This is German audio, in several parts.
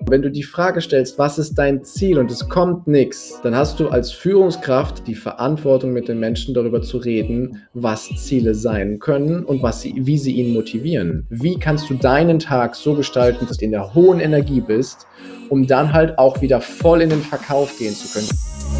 Wenn du die Frage stellst, was ist dein Ziel und es kommt nichts, dann hast du als Führungskraft die Verantwortung, mit den Menschen darüber zu reden, was Ziele sein können und wie sie ihn motivieren. Wie kannst du deinen Tag so gestalten, dass du in der hohen Energie bist, um dann halt auch wieder voll in den Verkauf gehen zu können.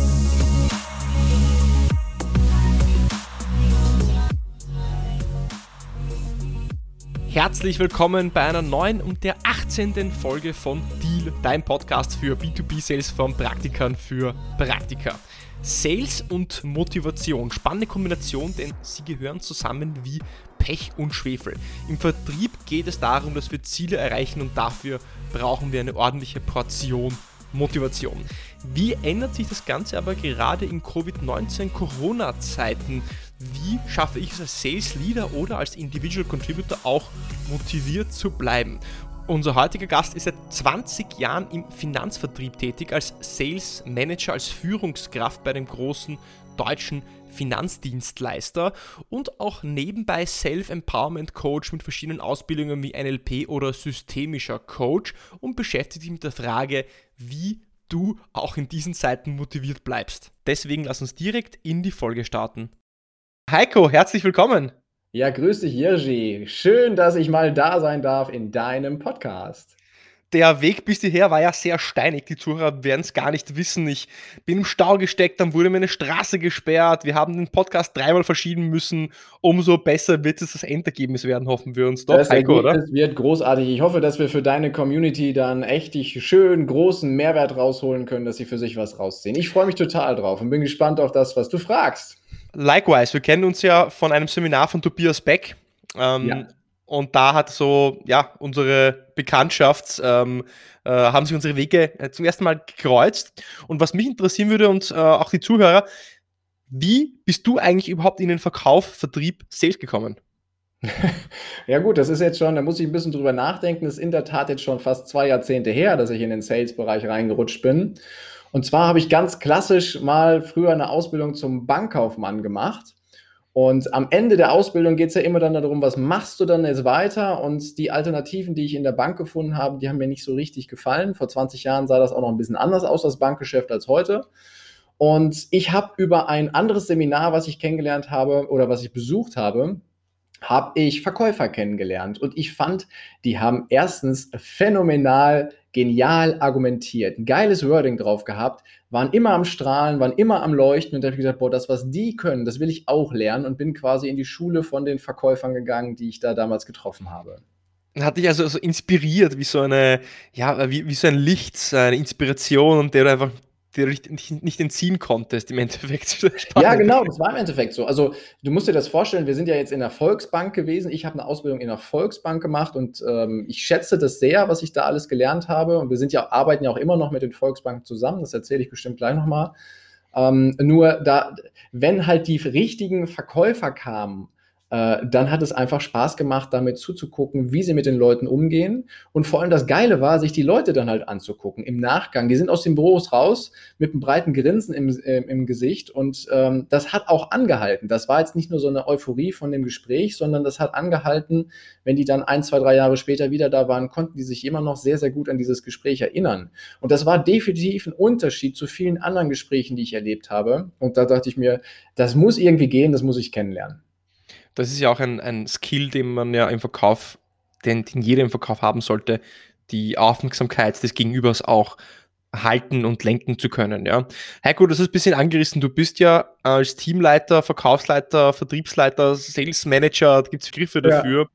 Herzlich willkommen bei einer neuen und der 18. Folge von Deal, dein Podcast für B2B-Sales von Praktikern für Praktiker. Sales und Motivation, spannende Kombination, denn sie gehören zusammen wie Pech und Schwefel. Im Vertrieb geht es darum, dass wir Ziele erreichen und dafür brauchen wir eine ordentliche Portion Motivation. Wie ändert sich das Ganze aber gerade in Covid-19-Corona-Zeiten? Wie schaffe ich es als Sales Leader oder als Individual Contributor auch motiviert zu bleiben? Unser heutiger Gast ist seit 20 Jahren im Finanzvertrieb tätig, als Sales Manager, als Führungskraft bei dem großen deutschen Finanzdienstleister und auch nebenbei Self-Empowerment Coach mit verschiedenen Ausbildungen wie NLP oder systemischer Coach und beschäftigt sich mit der Frage, wie du auch in diesen Zeiten motiviert bleibst. Deswegen lass uns direkt in die Folge starten. Heiko, herzlich willkommen. Ja, grüß dich, Jiří. Schön, dass ich mal da sein darf in deinem Podcast. Der Weg bis hierher war ja sehr steinig. Die Zuhörer werden es gar nicht wissen. Ich bin im Stau gesteckt, dann wurde mir eine Straße gesperrt. Wir haben den Podcast 3-mal verschieben müssen. Umso besser wird es das Endergebnis werden, hoffen wir uns doch, Das Heiko, oder? Ergebnis wird großartig. Ich hoffe, dass wir für deine Community dann echt schön großen Mehrwert rausholen können, dass sie für sich was rausziehen. Ich freue mich total drauf und bin gespannt auf das, was du fragst. Likewise, wir kennen uns ja von einem Seminar von Tobias Beck. Ja. Und da hat unsere Bekanntschaft, haben sich unsere Wege zum ersten Mal gekreuzt. Und was mich interessieren würde und auch die Zuhörer, wie bist du eigentlich überhaupt in den Verkauf, Vertrieb, Sales gekommen? Ja gut, das ist jetzt schon, da muss ich ein bisschen drüber nachdenken. Das ist in der Tat jetzt schon fast 2 Jahrzehnte her, dass ich in den Sales-Bereich reingerutscht bin. Und zwar habe ich ganz klassisch mal früher eine Ausbildung zum Bankkaufmann gemacht. Und am Ende der Ausbildung geht es ja immer dann darum, was machst du dann jetzt weiter? Und die Alternativen, die ich in der Bank gefunden habe, die haben mir nicht so richtig gefallen. Vor 20 Jahren sah das auch noch ein bisschen anders aus, das Bankgeschäft, als heute. Und ich habe über ein anderes Seminar, was ich kennengelernt habe oder was ich besucht habe ich Verkäufer kennengelernt. Und ich fand, die haben erstens phänomenal genial argumentiert, ein geiles Wording drauf gehabt, waren immer am Strahlen, waren immer am Leuchten. Und da habe ich gesagt, boah, das, was die können, das will ich auch lernen, und bin quasi in die Schule von den Verkäufern gegangen, die ich da damals getroffen habe. Hat dich also so inspiriert, wie so eine, ja, wie so ein Licht, eine Inspiration, und der du einfach dir nicht entziehen konntest, im Endeffekt. Ja, Spannend. genau, das war im Endeffekt so. Also, du musst dir das vorstellen, wir sind ja jetzt in der Volksbank gewesen. Ich habe eine Ausbildung in der Volksbank gemacht und ich schätze das sehr, was ich da alles gelernt habe. Und wir arbeiten ja auch immer noch mit den Volksbanken zusammen. Das erzähle ich bestimmt gleich nochmal. Nur da, wenn halt die richtigen Verkäufer kamen, dann hat es einfach Spaß gemacht, damit zuzugucken, wie sie mit den Leuten umgehen. Und vor allem das Geile war, sich die Leute dann halt anzugucken im Nachgang. Die sind aus den Büros raus mit einem breiten Grinsen im Gesicht, und das hat auch angehalten. Das war jetzt nicht nur so eine Euphorie von dem Gespräch, sondern das hat angehalten. Wenn die dann 1, 2, 3 Jahre später wieder da waren, konnten die sich immer noch sehr, sehr gut an dieses Gespräch erinnern. Und das war definitiv ein Unterschied zu vielen anderen Gesprächen, die ich erlebt habe. Und da dachte ich mir, das muss irgendwie gehen, das muss ich kennenlernen. Das ist ja auch ein Skill, den man ja im Verkauf, den jeder im Verkauf haben sollte, die Aufmerksamkeit des Gegenübers auch halten und lenken zu können. Ja. Heiko, das ist ein bisschen angerissen. Du bist ja als Teamleiter, Verkaufsleiter, Vertriebsleiter, Sales Manager, da gibt es Begriffe Ja. dafür,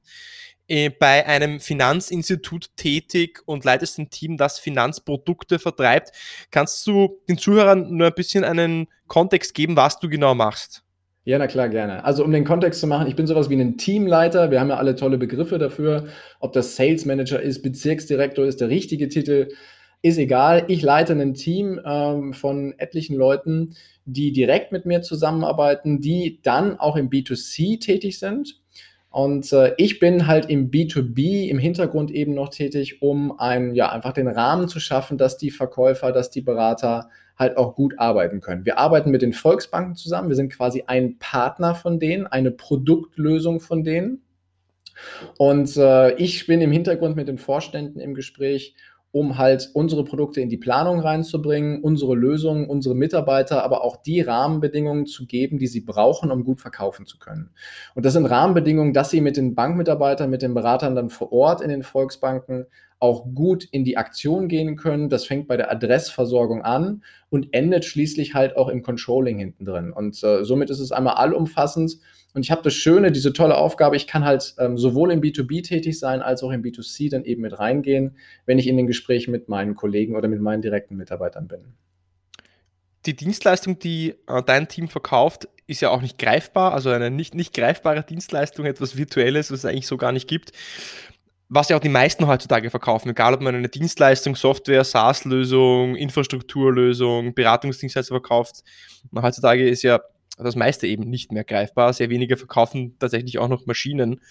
bei einem Finanzinstitut tätig und leitest ein Team, das Finanzprodukte vertreibt. Kannst du den Zuhörern nur ein bisschen einen Kontext geben, was du genau machst? Ja, na klar, gerne. Also, um den Kontext zu machen, ich bin sowas wie ein Teamleiter. Wir haben ja alle tolle Begriffe dafür. Ob das Sales Manager ist, Bezirksdirektor ist der richtige Titel, ist egal. Ich leite ein Team von etlichen Leuten, die direkt mit mir zusammenarbeiten, die dann auch im B2C tätig sind. Und ich bin halt im B2B im Hintergrund eben noch tätig, um einfach den Rahmen zu schaffen, dass die Verkäufer, dass die Berater halt auch gut arbeiten können. Wir arbeiten mit den Volksbanken zusammen. Wir sind quasi ein Partner von denen, eine Produktlösung von denen. Und ich bin im Hintergrund mit den Vorständen im Gespräch, um halt unsere Produkte in die Planung reinzubringen, unsere Lösungen, unsere Mitarbeiter, aber auch die Rahmenbedingungen zu geben, die sie brauchen, um gut verkaufen zu können. Und das sind Rahmenbedingungen, dass sie mit den Bankmitarbeitern, mit den Beratern dann vor Ort in den Volksbanken auch gut in die Aktion gehen können. Das fängt bei der Adressversorgung an und endet schließlich halt auch im Controlling hinten drin. Und somit ist es einmal allumfassend. Und ich habe das Schöne, diese tolle Aufgabe, ich kann halt sowohl im B2B tätig sein, als auch im B2C dann eben mit reingehen, wenn ich in den Gesprächen mit meinen Kollegen oder mit meinen direkten Mitarbeitern bin. Die Dienstleistung, die dein Team verkauft, ist ja auch nicht greifbar, also eine nicht greifbare Dienstleistung, etwas Virtuelles, was es eigentlich so gar nicht gibt. Was ja auch die meisten heutzutage verkaufen, egal ob man eine Dienstleistung, Software, SaaS-Lösung, Infrastrukturlösung, Beratungsdienstleister verkauft. Heutzutage ist ja das meiste eben nicht mehr greifbar. Sehr wenige verkaufen tatsächlich auch noch Maschinen.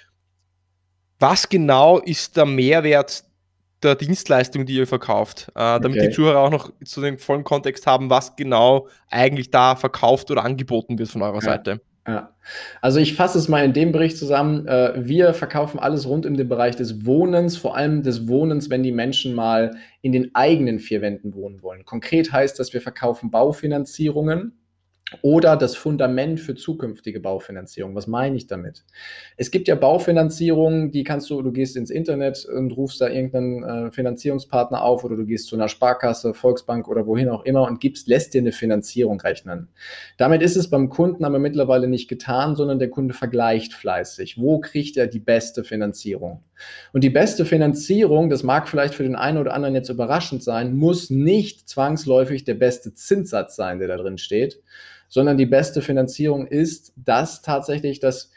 Was genau ist der Mehrwert der Dienstleistung, die ihr verkauft? Damit die Zuhörer auch noch zu den vollen Kontext haben, was genau eigentlich da verkauft oder angeboten wird von eurer Seite. Ja, also ich fasse es mal in dem Bericht zusammen. Wir verkaufen alles rund um den Bereich des Wohnens, vor allem des Wohnens, wenn die Menschen mal in den eigenen vier Wänden wohnen wollen. Konkret heißt das, wir verkaufen Baufinanzierungen oder das Fundament für zukünftige Baufinanzierung. Was meine ich damit? Es gibt ja Baufinanzierungen, die du gehst ins Internet und rufst da irgendeinen Finanzierungspartner auf oder du gehst zu einer Sparkasse, Volksbank oder wohin auch immer und lässt dir eine Finanzierung rechnen. Damit ist es beim Kunden aber mittlerweile nicht getan, sondern der Kunde vergleicht fleißig. Wo kriegt er die beste Finanzierung? Und die beste Finanzierung, das mag vielleicht für den einen oder anderen jetzt überraschend sein, muss nicht zwangsläufig der beste Zinssatz sein, der da drin steht, sondern die beste Finanzierung ist, dass tatsächlich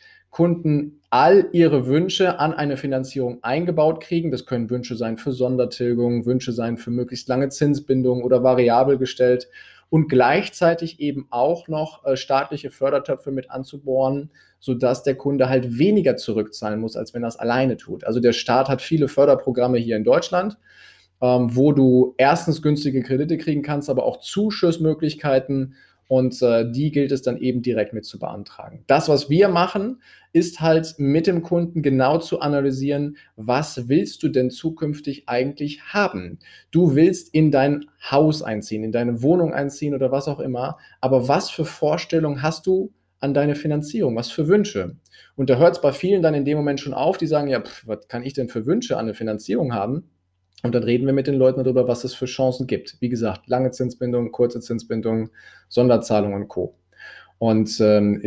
Kunden all ihre Wünsche an eine Finanzierung eingebaut kriegen. Das können Wünsche sein für Sondertilgung, Wünsche sein für möglichst lange Zinsbindung oder variabel gestellt und gleichzeitig eben auch noch staatliche Fördertöpfe mit anzubohren, sodass der Kunde halt weniger zurückzahlen muss, als wenn er es alleine tut. Also der Staat hat viele Förderprogramme hier in Deutschland, wo du erstens günstige Kredite kriegen kannst, aber auch Zuschussmöglichkeiten. Und die gilt es dann eben direkt mit zu beantragen. Das, was wir machen, ist halt mit dem Kunden genau zu analysieren, was willst du denn zukünftig eigentlich haben? Du willst in dein Haus einziehen, in deine Wohnung einziehen oder was auch immer, aber was für Vorstellungen hast du an deine Finanzierung? Was für Wünsche? Und da hört es bei vielen dann in dem Moment schon auf, die sagen, ja, was kann ich denn für Wünsche an eine Finanzierung haben? Und dann reden wir mit den Leuten darüber, was es für Chancen gibt. Wie gesagt, lange Zinsbindung, kurze Zinsbindung, Sonderzahlung und Co. Und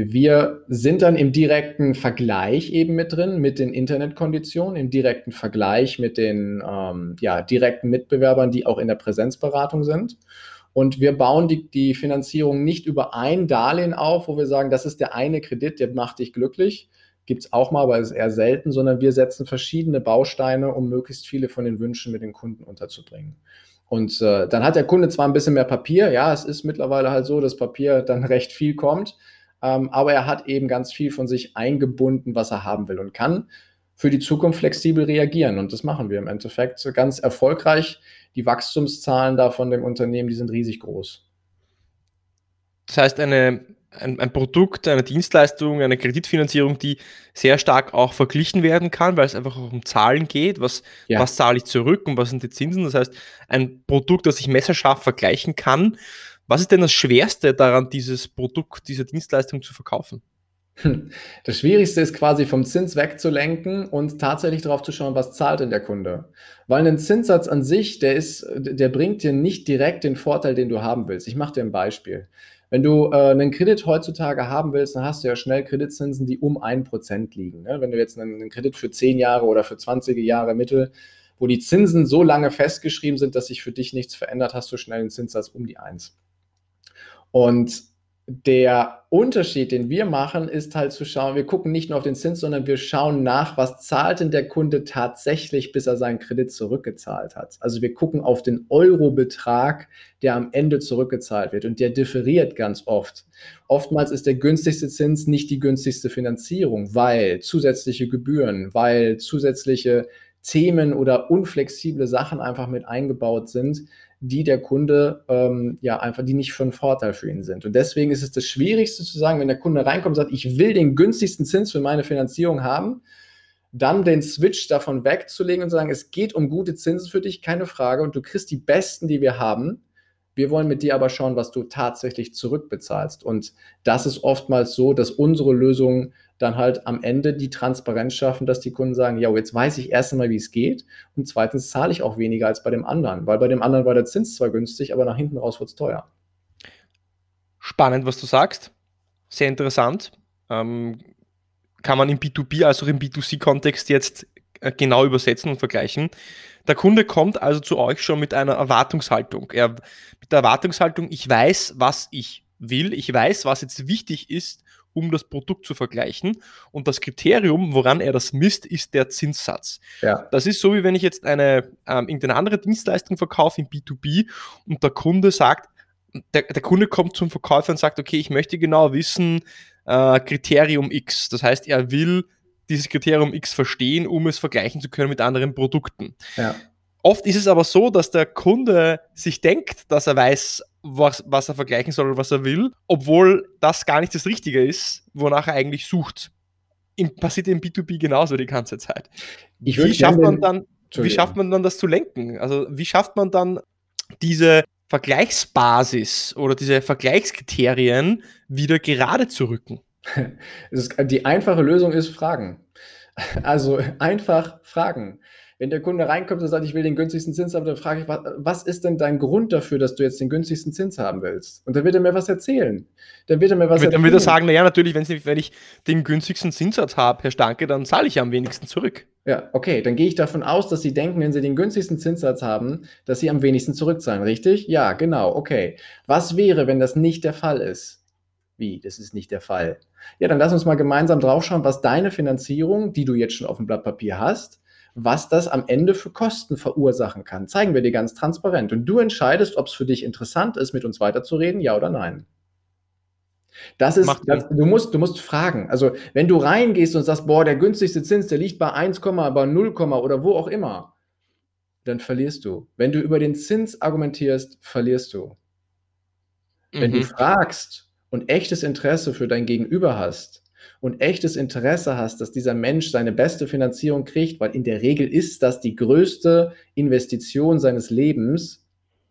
wir sind dann im direkten Vergleich eben mit drin, mit den Internetkonditionen, im direkten Vergleich mit den direkten Mitbewerbern, die auch in der Präsenzberatung sind. Und wir bauen die Finanzierung nicht über ein Darlehen auf, wo wir sagen, das ist der eine Kredit, der macht dich glücklich. Gibt es auch mal, aber es ist eher selten, sondern wir setzen verschiedene Bausteine, um möglichst viele von den Wünschen mit den Kunden unterzubringen. Und dann hat der Kunde zwar ein bisschen mehr Papier, ja, es ist mittlerweile halt so, dass Papier dann recht viel kommt, aber er hat eben ganz viel von sich eingebunden, was er haben will und kann für die Zukunft flexibel reagieren. Und das machen wir im Endeffekt ganz erfolgreich. Die Wachstumszahlen da von dem Unternehmen, die sind riesig groß. Das heißt, ein Produkt, eine Dienstleistung, eine Kreditfinanzierung, die sehr stark auch verglichen werden kann, weil es einfach auch um Zahlen geht, was zahle ich zurück und was sind die Zinsen. Das heißt, ein Produkt, das ich messerscharf vergleichen kann. Was ist denn das Schwerste daran, dieses Produkt, diese Dienstleistung zu verkaufen? Das Schwierigste ist quasi vom Zins wegzulenken und tatsächlich darauf zu schauen, was zahlt denn der Kunde. Weil ein Zinssatz an sich, der bringt dir nicht direkt den Vorteil, den du haben willst. Ich mache dir ein Beispiel. Wenn du einen Kredit heutzutage haben willst, dann hast du ja schnell Kreditzinsen, die um 1% liegen. Ne? Wenn du jetzt einen Kredit für 10 Jahre oder für 20 Jahre Mittel, wo die Zinsen so lange festgeschrieben sind, dass sich für dich nichts verändert, hast du schnell einen Zinssatz um die 1. Und der Unterschied, den wir machen, ist halt zu schauen, wir gucken nicht nur auf den Zins, sondern wir schauen nach, was zahlt denn der Kunde tatsächlich, bis er seinen Kredit zurückgezahlt hat. Also wir gucken auf den Eurobetrag, der am Ende zurückgezahlt wird und der differiert ganz oft. Oftmals ist der günstigste Zins nicht die günstigste Finanzierung, weil zusätzliche Gebühren, weil zusätzliche Themen oder unflexible Sachen einfach mit eingebaut sind, die der Kunde einfach die nicht von Vorteil für ihn sind. Und deswegen ist es das Schwierigste zu sagen, wenn der Kunde reinkommt und sagt, ich will den günstigsten Zins für meine Finanzierung haben, dann den Switch davon wegzulegen und zu sagen, es geht um gute Zinsen für dich, keine Frage, und du kriegst die besten, die wir haben. Wir wollen mit dir aber schauen, was du tatsächlich zurückbezahlst. Und das ist oftmals so, dass unsere Lösungen dann halt am Ende die Transparenz schaffen, dass die Kunden sagen, ja, jetzt weiß ich erst einmal, wie es geht, und zweitens zahle ich auch weniger als bei dem anderen, weil bei dem anderen war der Zins zwar günstig, aber nach hinten raus wird es teuer. Spannend, was du sagst. Sehr interessant. Kann man im B2B als auch im B2C-Kontext jetzt genau übersetzen und vergleichen. Der Kunde kommt also zu euch schon mit einer Erwartungshaltung. Mit der Erwartungshaltung, ich weiß, was ich will, ich weiß, was jetzt wichtig ist, um das Produkt zu vergleichen. Und das Kriterium, woran er das misst, ist der Zinssatz. Ja. Das ist so, wie wenn ich jetzt irgendeine andere Dienstleistung verkaufe im B2B und der Kunde sagt, der Kunde kommt zum Verkäufer und sagt, okay, ich möchte genau wissen, Kriterium X. Das heißt, er will dieses Kriterium X verstehen, um es vergleichen zu können mit anderen Produkten. Ja. Oft ist es aber so, dass der Kunde sich denkt, dass er weiß, was er vergleichen soll oder was er will, obwohl das gar nicht das Richtige ist, wonach er eigentlich sucht. Passiert im B2B genauso die ganze Zeit. Wie schafft man dann das zu lenken? Also wie schafft man dann diese Vergleichsbasis oder diese Vergleichskriterien wieder gerade zu rücken? Die einfache Lösung ist Fragen. Also einfach fragen. Wenn der Kunde reinkommt und sagt, ich will den günstigsten Zins haben, dann frage ich, was ist denn dein Grund dafür, dass du jetzt den günstigsten Zins haben willst? Und dann wird er mir was erzählen. Dann wird er sagen, naja, natürlich, wenn ich den günstigsten Zinssatz habe, Herr Stanke, dann zahle ich am wenigsten zurück. Ja, okay, dann gehe ich davon aus, dass Sie denken, wenn Sie den günstigsten Zinssatz haben, dass Sie am wenigsten zurückzahlen, richtig? Ja, genau, okay. Was wäre, wenn das nicht der Fall ist? Wie, das ist nicht der Fall? Ja, dann lass uns mal gemeinsam draufschauen, was deine Finanzierung, die du jetzt schon auf dem Blatt Papier hast, was das am Ende für Kosten verursachen kann. Zeigen wir dir ganz transparent. Und du entscheidest, ob es für dich interessant ist, mit uns weiterzureden, ja oder nein. Du musst fragen. Also, wenn du reingehst und sagst, boah, der günstigste Zins, der liegt bei 1, bei 0, oder wo auch immer, dann verlierst du. Wenn du über den Zins argumentierst, verlierst du. Wenn du fragst und echtes Interesse für dein Gegenüber hast und echtes Interesse hast, dass dieser Mensch seine beste Finanzierung kriegt, weil in der Regel ist das die größte Investition seines Lebens.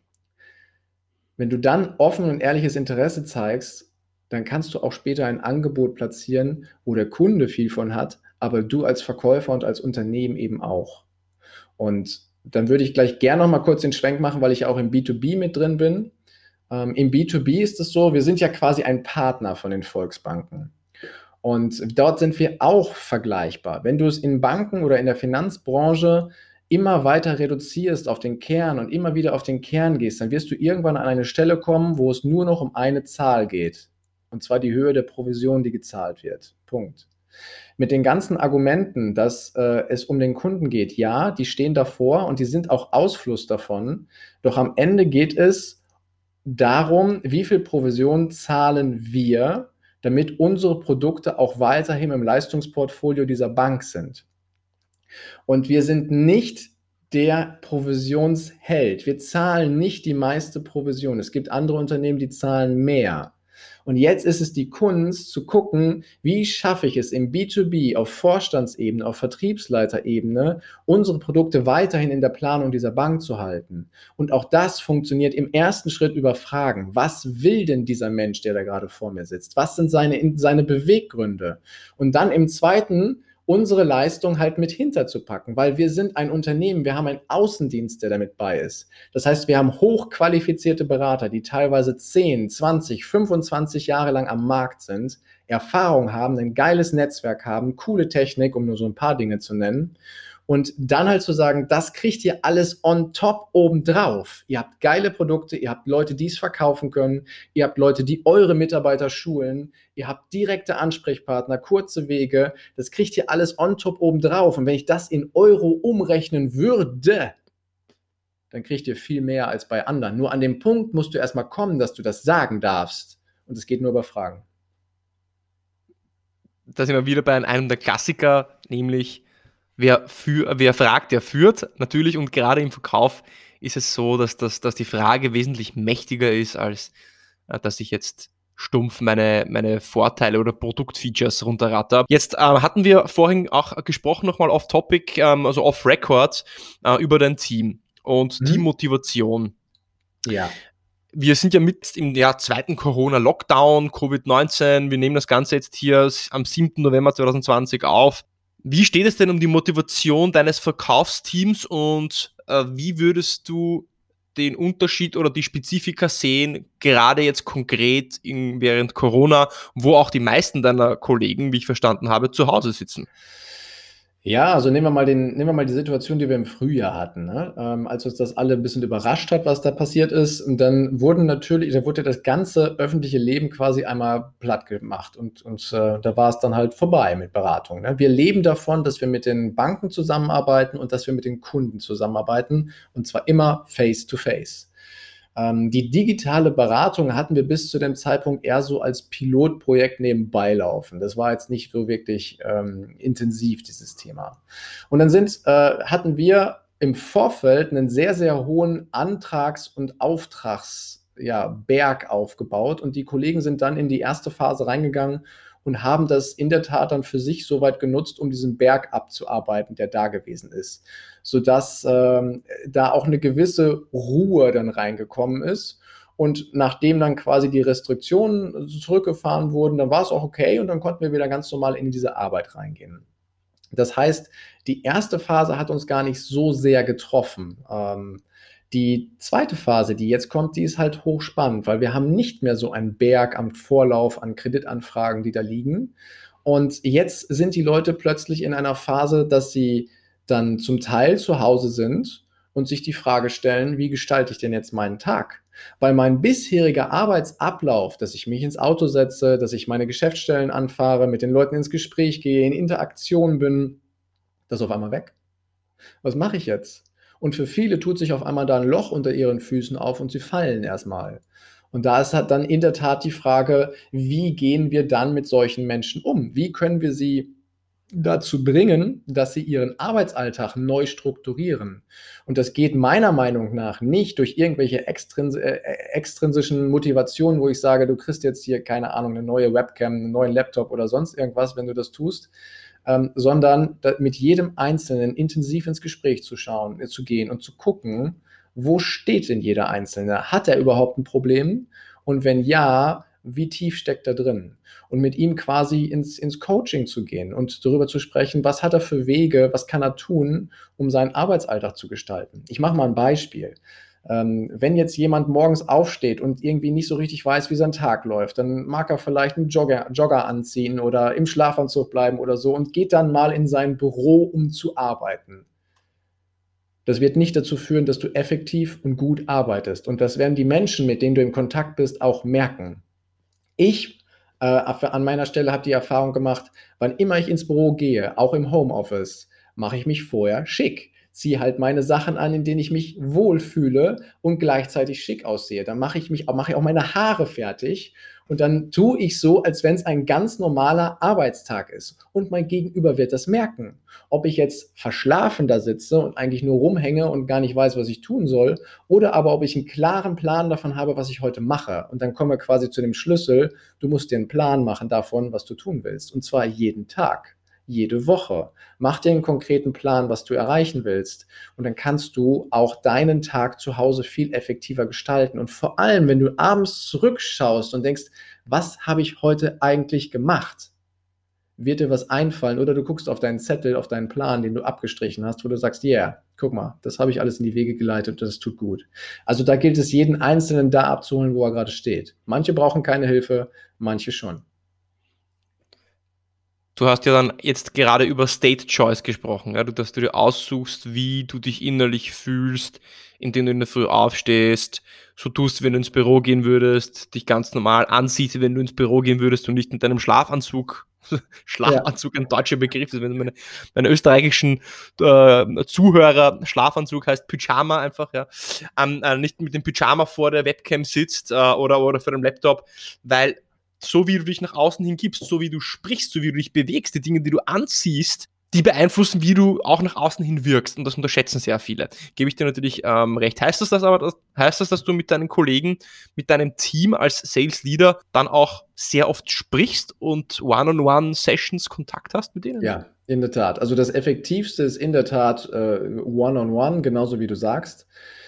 Wenn du dann offen und ehrliches Interesse zeigst, dann kannst du auch später ein Angebot platzieren, wo der Kunde viel von hat, aber du als Verkäufer und als Unternehmen eben auch. Und dann würde ich gleich gerne noch mal kurz den Schwenk machen, weil ich ja auch im B2B mit drin bin. Im B2B ist es so, wir sind ja quasi ein Partner von den Volksbanken. Und dort sind wir auch vergleichbar. Wenn du es in Banken oder in der Finanzbranche immer weiter reduzierst auf den Kern und immer wieder auf den Kern gehst, dann wirst du irgendwann an eine Stelle kommen, wo es nur noch um eine Zahl geht. Und zwar die Höhe der Provision, die gezahlt wird. Punkt. Mit den ganzen Argumenten, dass es um den Kunden geht, ja, die stehen davor und die sind auch Ausfluss davon. Doch am Ende geht es darum, wie viel Provision zahlen wir, damit unsere Produkte auch weiterhin im Leistungsportfolio dieser Bank sind. Und wir sind nicht der Provisionsheld. Wir zahlen nicht die meiste Provision. Es gibt andere Unternehmen, die zahlen mehr. Und jetzt ist es die Kunst zu gucken, wie schaffe ich es im B2B auf Vorstandsebene, auf Vertriebsleiterebene, unsere Produkte weiterhin in der Planung dieser Bank zu halten. Und auch das funktioniert im ersten Schritt über Fragen. Was will denn dieser Mensch, der da gerade vor mir sitzt? Was sind seine Beweggründe? Und dann im zweiten unsere Leistung halt mit hinterzupacken, weil wir sind ein Unternehmen, wir haben einen Außendienst, der damit bei ist. Das heißt, wir haben hochqualifizierte Berater, die teilweise 10, 20, 25 Jahre lang am Markt sind, Erfahrung haben, ein geiles Netzwerk haben, coole Technik, um nur so ein paar Dinge zu nennen. Und dann halt zu sagen, das kriegt ihr alles on top obendrauf. Ihr habt geile Produkte, ihr habt Leute, die es verkaufen können, ihr habt Leute, die eure Mitarbeiter schulen, ihr habt direkte Ansprechpartner, kurze Wege, das kriegt ihr alles on top obendrauf. Und wenn ich das in Euro umrechnen würde, dann kriegt ihr viel mehr als bei anderen. Nur an dem Punkt musst du erstmal kommen, dass du das sagen darfst. Und es geht nur über Fragen. Da sind wir wieder bei einem der Klassiker, nämlich wer fragt, der führt. Natürlich, und gerade im Verkauf ist es so, dass die Frage wesentlich mächtiger ist, als dass ich jetzt stumpf meine Vorteile oder Produktfeatures runterratter. Jetzt hatten wir vorhin auch gesprochen, nochmal off-topic, also off-record, über dein Team und Teammotivation. Ja. Wir sind ja mit im zweiten Corona-Lockdown, Covid-19. Wir nehmen das Ganze jetzt hier am 7. November 2020 auf. Wie steht es denn um die Motivation deines Verkaufsteams und wie würdest du den Unterschied oder die Spezifika sehen, gerade jetzt konkret während Corona, wo auch die meisten deiner Kollegen, wie ich verstanden habe, zu Hause sitzen? Ja, also nehmen wir mal die Situation, die wir im Frühjahr hatten, ne? Als uns das alle ein bisschen überrascht hat, was da passiert ist. Und dann da wurde das ganze öffentliche Leben quasi einmal platt gemacht. Und da war es dann halt vorbei mit Beratung, ne? Wir leben davon, dass wir mit den Banken zusammenarbeiten und dass wir mit den Kunden zusammenarbeiten. Und zwar immer face to face. Die digitale Beratung hatten wir bis zu dem Zeitpunkt eher so als Pilotprojekt nebenbei laufen. Das war jetzt nicht so wirklich intensiv, dieses Thema. Und dann hatten wir im Vorfeld einen sehr, sehr hohen Antrags- und Auftragsberg aufgebaut. Und die Kollegen sind dann in die erste Phase reingegangen und haben das in der Tat dann für sich soweit genutzt, um diesen Berg abzuarbeiten, der da gewesen ist, sodass da auch eine gewisse Ruhe dann reingekommen ist. Und nachdem dann quasi die Restriktionen zurückgefahren wurden, dann war es auch okay und dann konnten wir wieder ganz normal in diese Arbeit reingehen. Das heißt, die erste Phase hat uns gar nicht so sehr getroffen. Die zweite Phase, die jetzt kommt, die ist halt hochspannend, weil wir haben nicht mehr so einen Berg am Vorlauf an Kreditanfragen, die da liegen. Und jetzt sind die Leute plötzlich in einer Phase, dass sie dann zum Teil zu Hause sind und sich die Frage stellen, wie gestalte ich denn jetzt meinen Tag? Weil mein bisheriger Arbeitsablauf, dass ich mich ins Auto setze, dass ich meine Geschäftsstellen anfahre, mit den Leuten ins Gespräch gehe, in Interaktion bin, das ist auf einmal weg. Was mache ich jetzt? Und für viele tut sich auf einmal da ein Loch unter ihren Füßen auf und sie fallen erstmal. Und da ist halt dann in der Tat die Frage, wie gehen wir dann mit solchen Menschen um? Wie können wir sie dazu bringen, dass sie ihren Arbeitsalltag neu strukturieren? Und das geht meiner Meinung nach nicht durch irgendwelche extrinsischen Motivationen, wo ich sage, du kriegst jetzt hier, keine Ahnung, eine neue Webcam, einen neuen Laptop oder sonst irgendwas, wenn du das tust, sondern mit jedem Einzelnen intensiv ins Gespräch zu gehen und zu gucken, wo steht denn jeder Einzelne? Hat er überhaupt ein Problem? Und wenn ja, wie tief steckt er drin? Und mit ihm quasi ins Coaching zu gehen und darüber zu sprechen, was hat er für Wege, was kann er tun, um seinen Arbeitsalltag zu gestalten. Ich mache mal ein Beispiel. Wenn jetzt jemand morgens aufsteht und irgendwie nicht so richtig weiß, wie sein Tag läuft, dann mag er vielleicht einen Jogger anziehen oder im Schlafanzug bleiben oder so und geht dann mal in sein Büro, um zu arbeiten. Das wird nicht dazu führen, dass du effektiv und gut arbeitest. Und das werden die Menschen, mit denen du in Kontakt bist, auch merken. Ich an meiner Stelle habe die Erfahrung gemacht, wann immer ich ins Büro gehe, auch im Homeoffice, mache ich mich vorher schick. Ziehe halt meine Sachen an, in denen ich mich wohlfühle und gleichzeitig schick aussehe. Dann mache ich auch meine Haare fertig und dann tue ich so, als wenn es ein ganz normaler Arbeitstag ist. Und mein Gegenüber wird das merken. Ob ich jetzt verschlafen da sitze und eigentlich nur rumhänge und gar nicht weiß, was ich tun soll, oder aber ob ich einen klaren Plan davon habe, was ich heute mache. Und dann kommen wir quasi zu dem Schlüssel, du musst dir einen Plan machen davon, was du tun willst. Und zwar jeden Tag. Jede Woche. Mach dir einen konkreten Plan, was du erreichen willst. Und dann kannst du auch deinen Tag zu Hause viel effektiver gestalten. Und vor allem, wenn du abends zurückschaust und denkst, was habe ich heute eigentlich gemacht? Wird dir was einfallen? Oder du guckst auf deinen Zettel, auf deinen Plan, den du abgestrichen hast, wo du sagst, yeah, guck mal, das habe ich alles in die Wege geleitet, das tut gut. Also da gilt es, jeden Einzelnen da abzuholen, wo er gerade steht. Manche brauchen keine Hilfe, manche schon. Du hast ja dann jetzt gerade über State Choice gesprochen, ja? Dass du dir aussuchst, wie du dich innerlich fühlst, indem du in der Früh aufstehst, so tust, wenn du ins Büro gehen würdest, dich ganz normal ansiehst, wenn du ins Büro gehen würdest und nicht in deinem Schlafanzug. Ja. Schlafanzug, ein deutscher Begriff, das wenn meine österreichischen Zuhörer, Schlafanzug heißt Pyjama einfach, ja, nicht mit dem Pyjama vor der Webcam sitzt oder vor dem Laptop, weil so wie du dich nach außen hin gibst, so wie du sprichst, so wie du dich bewegst, die Dinge, die du anziehst, die beeinflussen, wie du auch nach außen hin wirkst. Und das unterschätzen sehr viele. Gebe ich dir natürlich recht. Heißt das, dass du mit deinen Kollegen, mit deinem Team als Sales Leader dann auch sehr oft sprichst und One-on-One-Sessions Kontakt hast mit denen? Ja, in der Tat. Also das Effektivste ist in der Tat One-on-One, genauso wie du sagst.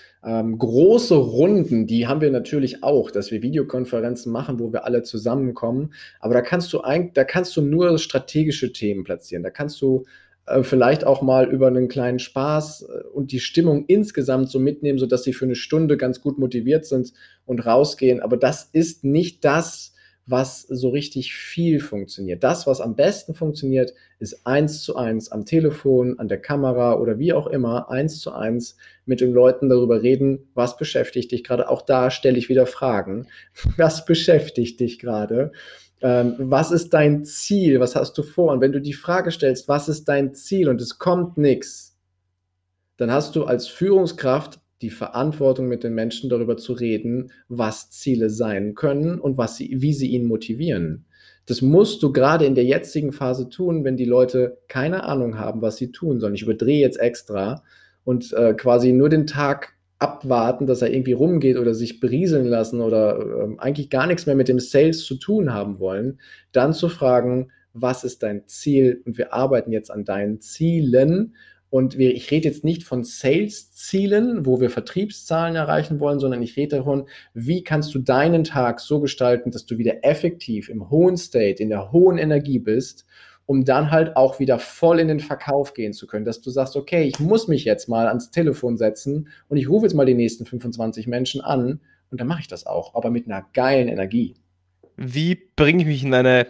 Große Runden, die haben wir natürlich auch, dass wir Videokonferenzen machen, wo wir alle zusammenkommen. Aber da kannst du nur strategische Themen platzieren. Da kannst du vielleicht auch mal über einen kleinen Spaß und die Stimmung insgesamt so mitnehmen, sodass sie für eine Stunde ganz gut motiviert sind und rausgehen. Aber das ist nicht das, was so richtig viel funktioniert. Das, was am besten funktioniert, ist 1:1 am Telefon, an der Kamera oder wie auch immer, 1:1 mit den Leuten darüber reden, was beschäftigt dich gerade. Auch da stelle ich wieder Fragen. Was beschäftigt dich gerade? Was ist dein Ziel? Was hast du vor? Und wenn du die Frage stellst, was ist dein Ziel und es kommt nichts, dann hast du als Führungskraft die Verantwortung, mit den Menschen darüber zu reden, was Ziele sein können und wie sie ihn motivieren. Das musst du gerade in der jetzigen Phase tun, wenn die Leute keine Ahnung haben, was sie tun sollen. Ich überdrehe jetzt extra und quasi nur den Tag abwarten, dass er irgendwie rumgeht oder sich berieseln lassen oder eigentlich gar nichts mehr mit dem Sales zu tun haben wollen, dann zu fragen, was ist dein Ziel? Und wir arbeiten jetzt an deinen Zielen. Und ich rede jetzt nicht von Sales-Zielen, wo wir Vertriebszahlen erreichen wollen, sondern ich rede davon, wie kannst du deinen Tag so gestalten, dass du wieder effektiv im hohen State, in der hohen Energie bist, um dann halt auch wieder voll in den Verkauf gehen zu können, dass du sagst, okay, ich muss mich jetzt mal ans Telefon setzen und ich rufe jetzt mal die nächsten 25 Menschen an und dann mache ich das auch, aber mit einer geilen Energie. Wie bringe ich mich in eine,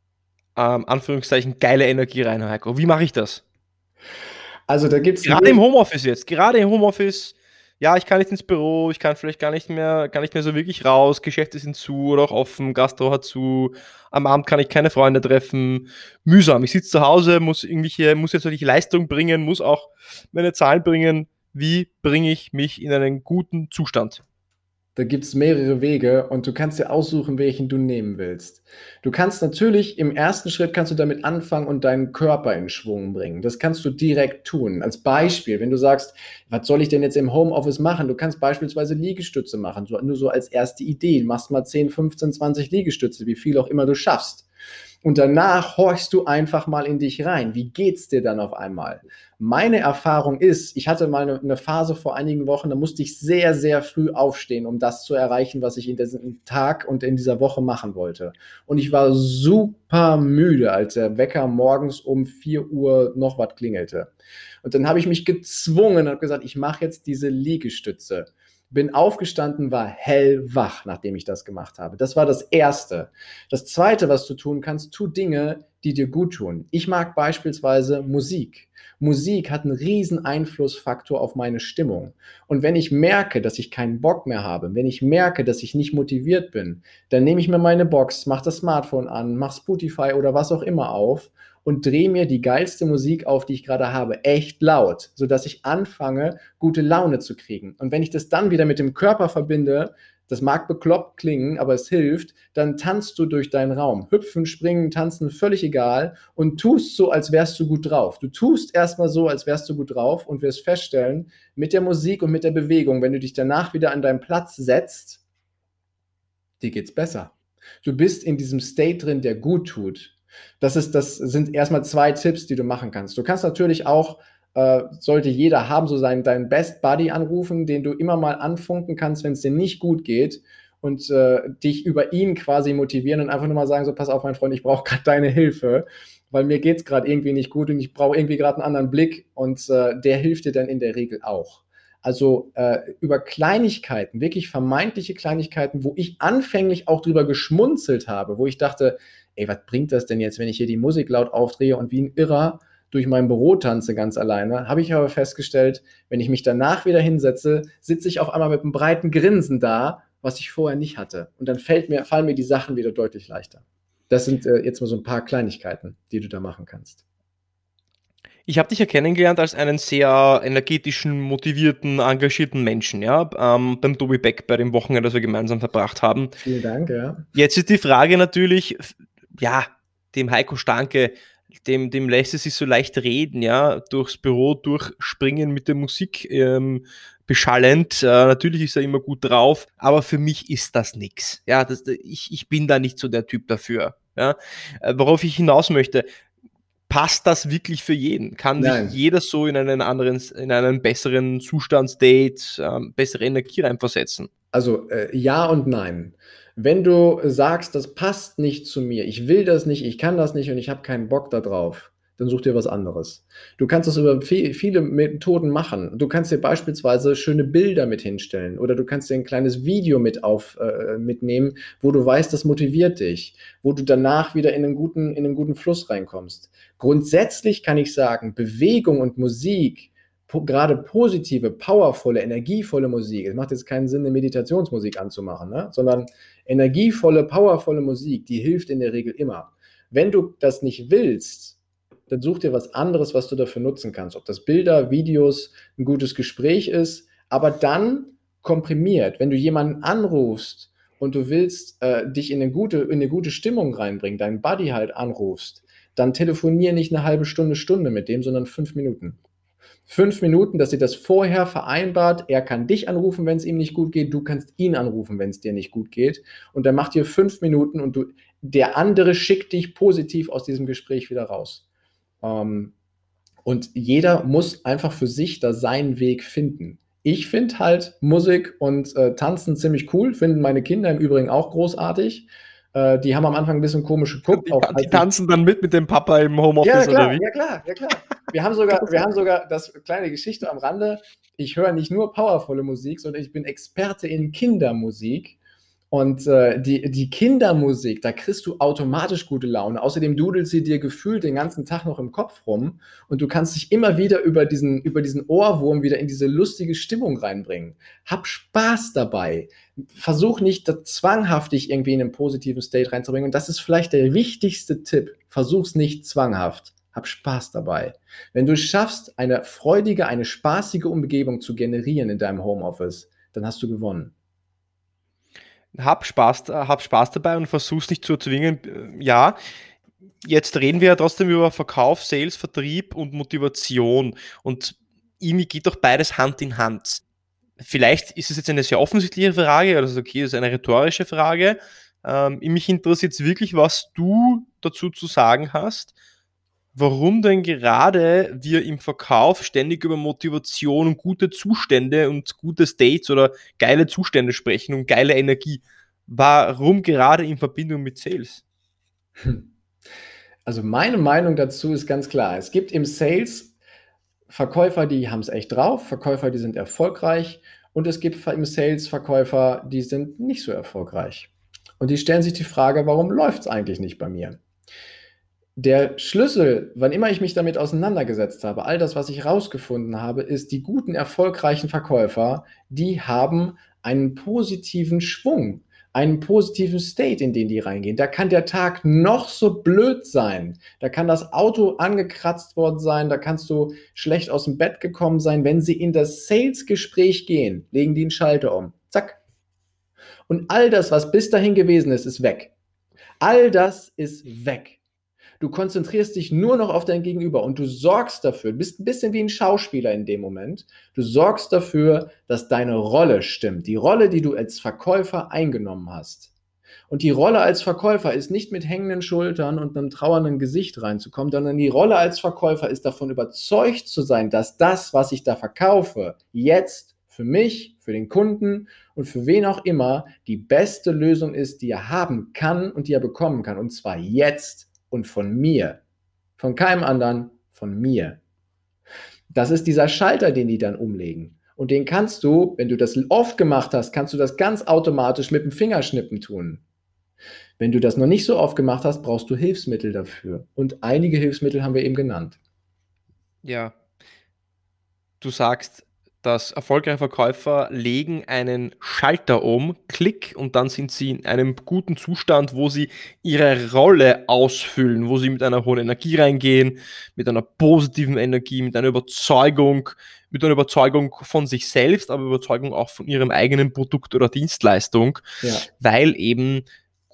Anführungszeichen, geile Energie rein, Heiko? Wie mache ich das? Also da gibt es Gerade im Homeoffice jetzt, gerade im Homeoffice, ja, ich kann nicht ins Büro, ich kann vielleicht gar nicht mehr so wirklich raus, Geschäfte sind zu oder auch offen, Gastro hat zu, am Abend kann ich keine Freunde treffen, mühsam, ich sitze zu Hause, muss jetzt wirklich Leistung bringen, muss auch meine Zahlen bringen. Wie bringe ich mich in einen guten Zustand? Da gibt es mehrere Wege und du kannst dir aussuchen, welchen du nehmen willst. Du kannst natürlich im ersten Schritt kannst du damit anfangen und deinen Körper in Schwung bringen. Das kannst du direkt tun. Als Beispiel, wenn du sagst, was soll ich denn jetzt im Homeoffice machen? Du kannst beispielsweise Liegestütze machen, nur so als erste Idee. Du machst mal 10, 15, 20 Liegestütze, wie viel auch immer du schaffst. Und danach horchst du einfach mal in dich rein. Wie geht's dir dann auf einmal? Meine Erfahrung ist, ich hatte mal eine Phase vor einigen Wochen, da musste ich sehr, sehr früh aufstehen, um das zu erreichen, was ich in diesem Tag und in dieser Woche machen wollte. Und ich war super müde, als der Wecker morgens um 4 Uhr noch was klingelte. Und dann habe ich mich gezwungen und habe gesagt, ich mache jetzt diese Liegestütze. Bin aufgestanden, war hellwach, nachdem ich das gemacht habe. Das war das Erste. Das Zweite, was du tun kannst, tu Dinge, die dir gut tun. Ich mag beispielsweise Musik. Musik hat einen riesen Einflussfaktor auf meine Stimmung. Und wenn ich merke, dass ich keinen Bock mehr habe, wenn ich merke, dass ich nicht motiviert bin, dann nehme ich mir meine Box, mache das Smartphone an, mache Spotify oder was auch immer auf und drehe mir die geilste Musik auf, die ich gerade habe, echt laut, sodass ich anfange, gute Laune zu kriegen. Und wenn ich das dann wieder mit dem Körper verbinde, das mag bekloppt klingen, aber es hilft, dann tanzt du durch deinen Raum. Hüpfen, springen, tanzen, völlig egal und tust so, als wärst du gut drauf. Du tust erstmal so, als wärst du gut drauf und wirst feststellen, mit der Musik und mit der Bewegung, wenn du dich danach wieder an deinen Platz setzt, dir geht's besser. Du bist in diesem State drin, der gut tut. Das sind erstmal 2 Tipps, die du machen kannst. Du kannst natürlich auch, sollte jeder haben, so deinen Best Buddy anrufen, den du immer mal anfunken kannst, wenn es dir nicht gut geht und dich über ihn quasi motivieren und einfach nur mal sagen, so pass auf, mein Freund, ich brauche gerade deine Hilfe, weil mir geht es gerade irgendwie nicht gut und ich brauche irgendwie gerade einen anderen Blick und der hilft dir dann in der Regel auch. Also über Kleinigkeiten, wirklich vermeintliche Kleinigkeiten, wo ich anfänglich auch drüber geschmunzelt habe, wo ich dachte, ey, was bringt das denn jetzt, wenn ich hier die Musik laut aufdrehe und wie ein Irrer durch mein Büro tanze ganz alleine, habe ich aber festgestellt, wenn ich mich danach wieder hinsetze, sitze ich auf einmal mit einem breiten Grinsen da, was ich vorher nicht hatte. Und dann fallen mir die Sachen wieder deutlich leichter. Das sind jetzt mal so ein paar Kleinigkeiten, die du da machen kannst. Ich habe dich ja kennengelernt als einen sehr energetischen, motivierten, engagierten Menschen, ja, beim Tobi Beck, bei dem Wochenende, das wir gemeinsam verbracht haben. Vielen Dank, ja. Jetzt ist die Frage natürlich, ja, dem Heiko Stanke dem lässt es sich so leicht reden, ja, durchs Büro durchspringen mit der Musik beschallend. Natürlich ist er immer gut drauf, aber für mich ist das nix. Ja, ich bin da nicht so der Typ dafür. Ja. Worauf ich hinaus möchte, passt das wirklich für jeden? Kann sich Nein. jeder so in einen besseren Zustand, State, bessere Energie reinversetzen? Also ja und nein. Wenn du sagst, das passt nicht zu mir, ich will das nicht, ich kann das nicht und ich habe keinen Bock da drauf, dann such dir was anderes. Du kannst das über viele Methoden machen. Du kannst dir beispielsweise schöne Bilder mit hinstellen oder du kannst dir ein kleines Video mitnehmen, wo du weißt, das motiviert dich, wo du danach wieder in einen guten Fluss reinkommst. Grundsätzlich kann ich sagen, Bewegung und Musik, gerade positive, powervolle, energievolle Musik. Es macht jetzt keinen Sinn, eine Meditationsmusik anzumachen, ne? Sondern energievolle, powervolle Musik, die hilft in der Regel immer. Wenn du das nicht willst, dann such dir was anderes, was du dafür nutzen kannst. Ob das Bilder, Videos, ein gutes Gespräch ist, aber dann komprimiert. Wenn du jemanden anrufst und du willst dich in eine gute Stimmung reinbringen, deinen Buddy halt anrufst, dann telefonier nicht eine halbe Stunde mit dem, sondern 5 Minuten. 5 Minuten, dass ihr das vorher vereinbart. Er kann dich anrufen, wenn es ihm nicht gut geht. Du kannst ihn anrufen, wenn es dir nicht gut geht. Und dann macht ihr 5 Minuten und der andere schickt dich positiv aus diesem Gespräch wieder raus. Und jeder muss einfach für sich da seinen Weg finden. Ich finde halt Musik und Tanzen ziemlich cool, finden meine Kinder im Übrigen auch großartig. Die haben am Anfang ein bisschen komisch geguckt. Die tanzen dann mit dem Papa im Homeoffice, ja, klar, oder wie? ja, klar, ja, klar. Wir haben sogar das kleine Geschichte am Rande. Ich höre nicht nur powervolle Musik, sondern ich bin Experte in Kindermusik. Und die Kindermusik, da kriegst du automatisch gute Laune. Außerdem dudelt sie dir gefühlt den ganzen Tag noch im Kopf rum und du kannst dich immer wieder über diesen Ohrwurm wieder in diese lustige Stimmung reinbringen. Hab Spaß dabei. Versuch nicht zwanghaft dich irgendwie in einen positiven State reinzubringen. Und das ist vielleicht der wichtigste Tipp. Versuch's nicht zwanghaft. Hab Spaß dabei. Wenn du schaffst, eine freudige, eine spaßige Umgebung zu generieren in deinem Homeoffice, dann hast du gewonnen. Hab Spaß dabei und versuch's nicht zu erzwingen. Ja, jetzt reden wir ja trotzdem über Verkauf, Sales, Vertrieb und Motivation. Und irgendwie geht doch beides Hand in Hand. Vielleicht ist es jetzt eine sehr offensichtliche Frage, also okay, das ist eine rhetorische Frage. Mich interessiert jetzt wirklich, was du dazu zu sagen hast, warum denn gerade wir im Verkauf ständig über Motivation und gute Zustände und gute States oder geile Zustände sprechen und geile Energie. Warum gerade in Verbindung mit Sales? Also meine Meinung dazu ist ganz klar. Es gibt im Sales Verkäufer, die haben es echt drauf, Verkäufer, die sind erfolgreich und es gibt im Sales Verkäufer, die sind nicht so erfolgreich. Und die stellen sich die Frage, warum läuft es eigentlich nicht bei mir? Der Schlüssel, wann immer ich mich damit auseinandergesetzt habe, all das, was ich rausgefunden habe, ist, die guten, erfolgreichen Verkäufer, die haben einen positiven Schwung, einen positiven State, in den die reingehen. Da kann der Tag noch so blöd sein. Da kann das Auto angekratzt worden sein, da kannst du schlecht aus dem Bett gekommen sein. Wenn sie in das Sales-Gespräch gehen, legen die einen Schalter um. Zack. Und all das, was bis dahin gewesen ist, ist weg. All das ist weg. Du konzentrierst dich nur noch auf dein Gegenüber und du sorgst dafür, du bist ein bisschen wie ein Schauspieler in dem Moment, du sorgst dafür, dass deine Rolle stimmt, die Rolle, die du als Verkäufer eingenommen hast. Und die Rolle als Verkäufer ist nicht mit hängenden Schultern und einem trauernden Gesicht reinzukommen, sondern die Rolle als Verkäufer ist davon überzeugt zu sein, dass das, was ich da verkaufe, jetzt für mich, für den Kunden und für wen auch immer die beste Lösung ist, die er haben kann und die er bekommen kann. Und zwar jetzt und von mir. Von keinem anderen, von mir. Das ist dieser Schalter, den die dann umlegen. Und den kannst du, wenn du das oft gemacht hast, kannst du das ganz automatisch mit dem Fingerschnippen tun. Wenn du das noch nicht so oft gemacht hast, brauchst du Hilfsmittel dafür. Und einige Hilfsmittel haben wir eben genannt. Ja, du sagst, dass erfolgreiche Verkäufer legen einen Schalter um, Klick, und dann sind sie in einem guten Zustand, wo sie ihre Rolle ausfüllen, wo sie mit einer hohen Energie reingehen, mit einer positiven Energie, mit einer Überzeugung von sich selbst, aber Überzeugung auch von ihrem eigenen Produkt oder Dienstleistung, Ja. weil eben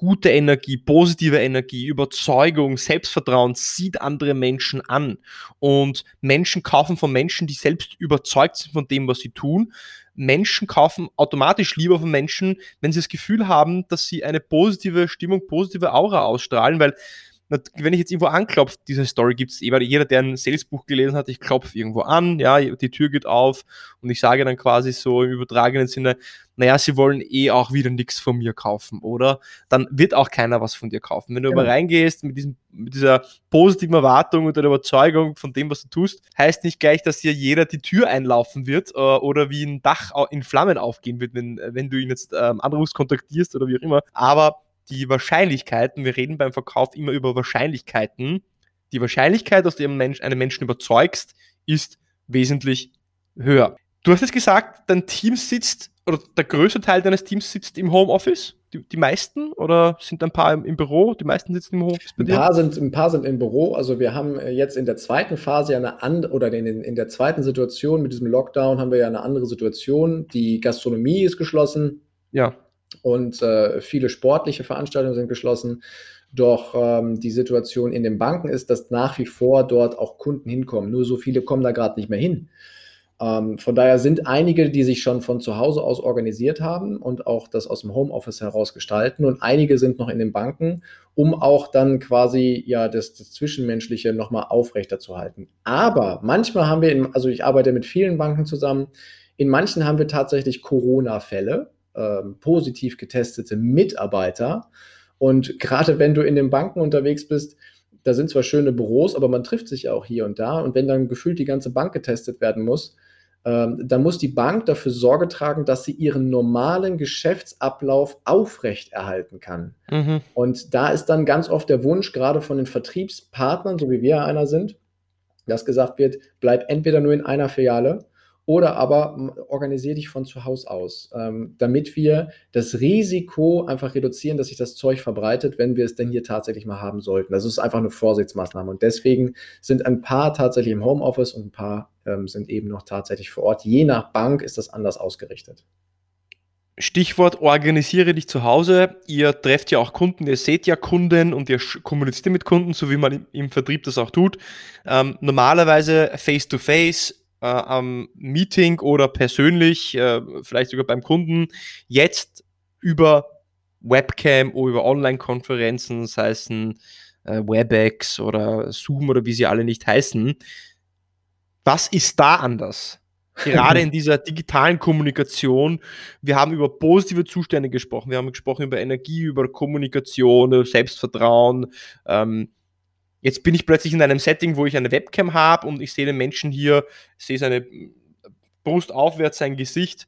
gute Energie, positive Energie, Überzeugung, Selbstvertrauen zieht andere Menschen an. Und Menschen kaufen von Menschen, die selbst überzeugt sind von dem, was sie tun. Menschen kaufen automatisch lieber von Menschen, wenn sie das Gefühl haben, dass sie eine positive Stimmung, positive Aura ausstrahlen, weil wenn ich jetzt irgendwo anklopfe, diese Story gibt es jeder, der ein Salesbuch gelesen hat, ich klopfe irgendwo an, ja, die Tür geht auf und ich sage dann quasi so im übertragenen Sinne, naja, sie wollen auch wieder nichts von mir kaufen, oder? Dann wird auch keiner was von dir kaufen. Wenn du aber reingehst mit dieser positiven Erwartung und der Überzeugung von dem, was du tust, heißt nicht gleich, dass dir jeder die Tür einlaufen wird oder wie ein Dach in Flammen aufgehen wird, wenn du ihn jetzt anrufst, kontaktierst oder wie auch immer. Aber die Wahrscheinlichkeiten, wir reden beim Verkauf immer über Wahrscheinlichkeiten, die Wahrscheinlichkeit, dass du einen Menschen überzeugst, ist wesentlich höher. Du hast jetzt gesagt, dein Team sitzt, oder der größte Teil deines Teams sitzt im Homeoffice, die meisten, oder sind ein paar im Büro, die meisten sitzen im Homeoffice bei dir? Ein paar sind im Büro, also wir haben jetzt in der zweiten Phase in der zweiten Situation mit diesem Lockdown haben wir ja eine andere Situation, die Gastronomie ist geschlossen. Ja. Und viele sportliche Veranstaltungen sind geschlossen. Doch die Situation in den Banken ist, dass nach wie vor dort auch Kunden hinkommen. Nur so viele kommen da gerade nicht mehr hin. Von daher sind einige, die sich schon von zu Hause aus organisiert haben und auch das aus dem Homeoffice heraus gestalten. Und einige sind noch in den Banken, um auch dann quasi ja das Zwischenmenschliche nochmal aufrechter zu halten. Aber manchmal haben wir, also ich arbeite mit vielen Banken zusammen, in manchen haben wir tatsächlich Corona-Fälle. Positiv getestete Mitarbeiter. Und gerade wenn du in den Banken unterwegs bist, da sind zwar schöne Büros, aber man trifft sich ja auch hier und da. Und wenn dann gefühlt die ganze Bank getestet werden muss, dann muss die Bank dafür Sorge tragen, dass sie ihren normalen Geschäftsablauf aufrechterhalten kann. Mhm. Und da ist dann ganz oft der Wunsch, gerade von den Vertriebspartnern, so wie wir einer sind, dass gesagt wird, bleib entweder nur in einer Filiale oder aber organisiere dich von zu Hause aus, damit wir das Risiko einfach reduzieren, dass sich das Zeug verbreitet, wenn wir es denn hier tatsächlich mal haben sollten. Das ist einfach eine Vorsichtsmaßnahme. Und deswegen sind ein paar tatsächlich im Homeoffice und ein paar sind eben noch tatsächlich vor Ort. Je nach Bank ist das anders ausgerichtet. Stichwort organisiere dich zu Hause. Ihr trefft ja auch Kunden, ihr seht ja Kunden und ihr kommuniziert mit Kunden, so wie man im Vertrieb das auch tut. Normalerweise face-to-face, am Meeting oder persönlich, vielleicht sogar beim Kunden, jetzt über Webcam oder über Online-Konferenzen, sei es ein WebEx oder Zoom oder wie sie alle nicht heißen. Was ist da anders? Gerade in dieser digitalen Kommunikation, wir haben über positive Zustände gesprochen, wir haben gesprochen über Energie, über Kommunikation, über Selbstvertrauen. Jetzt bin ich plötzlich in einem Setting, wo ich eine Webcam habe und ich sehe den Menschen hier, sehe seine Brust aufwärts, sein Gesicht.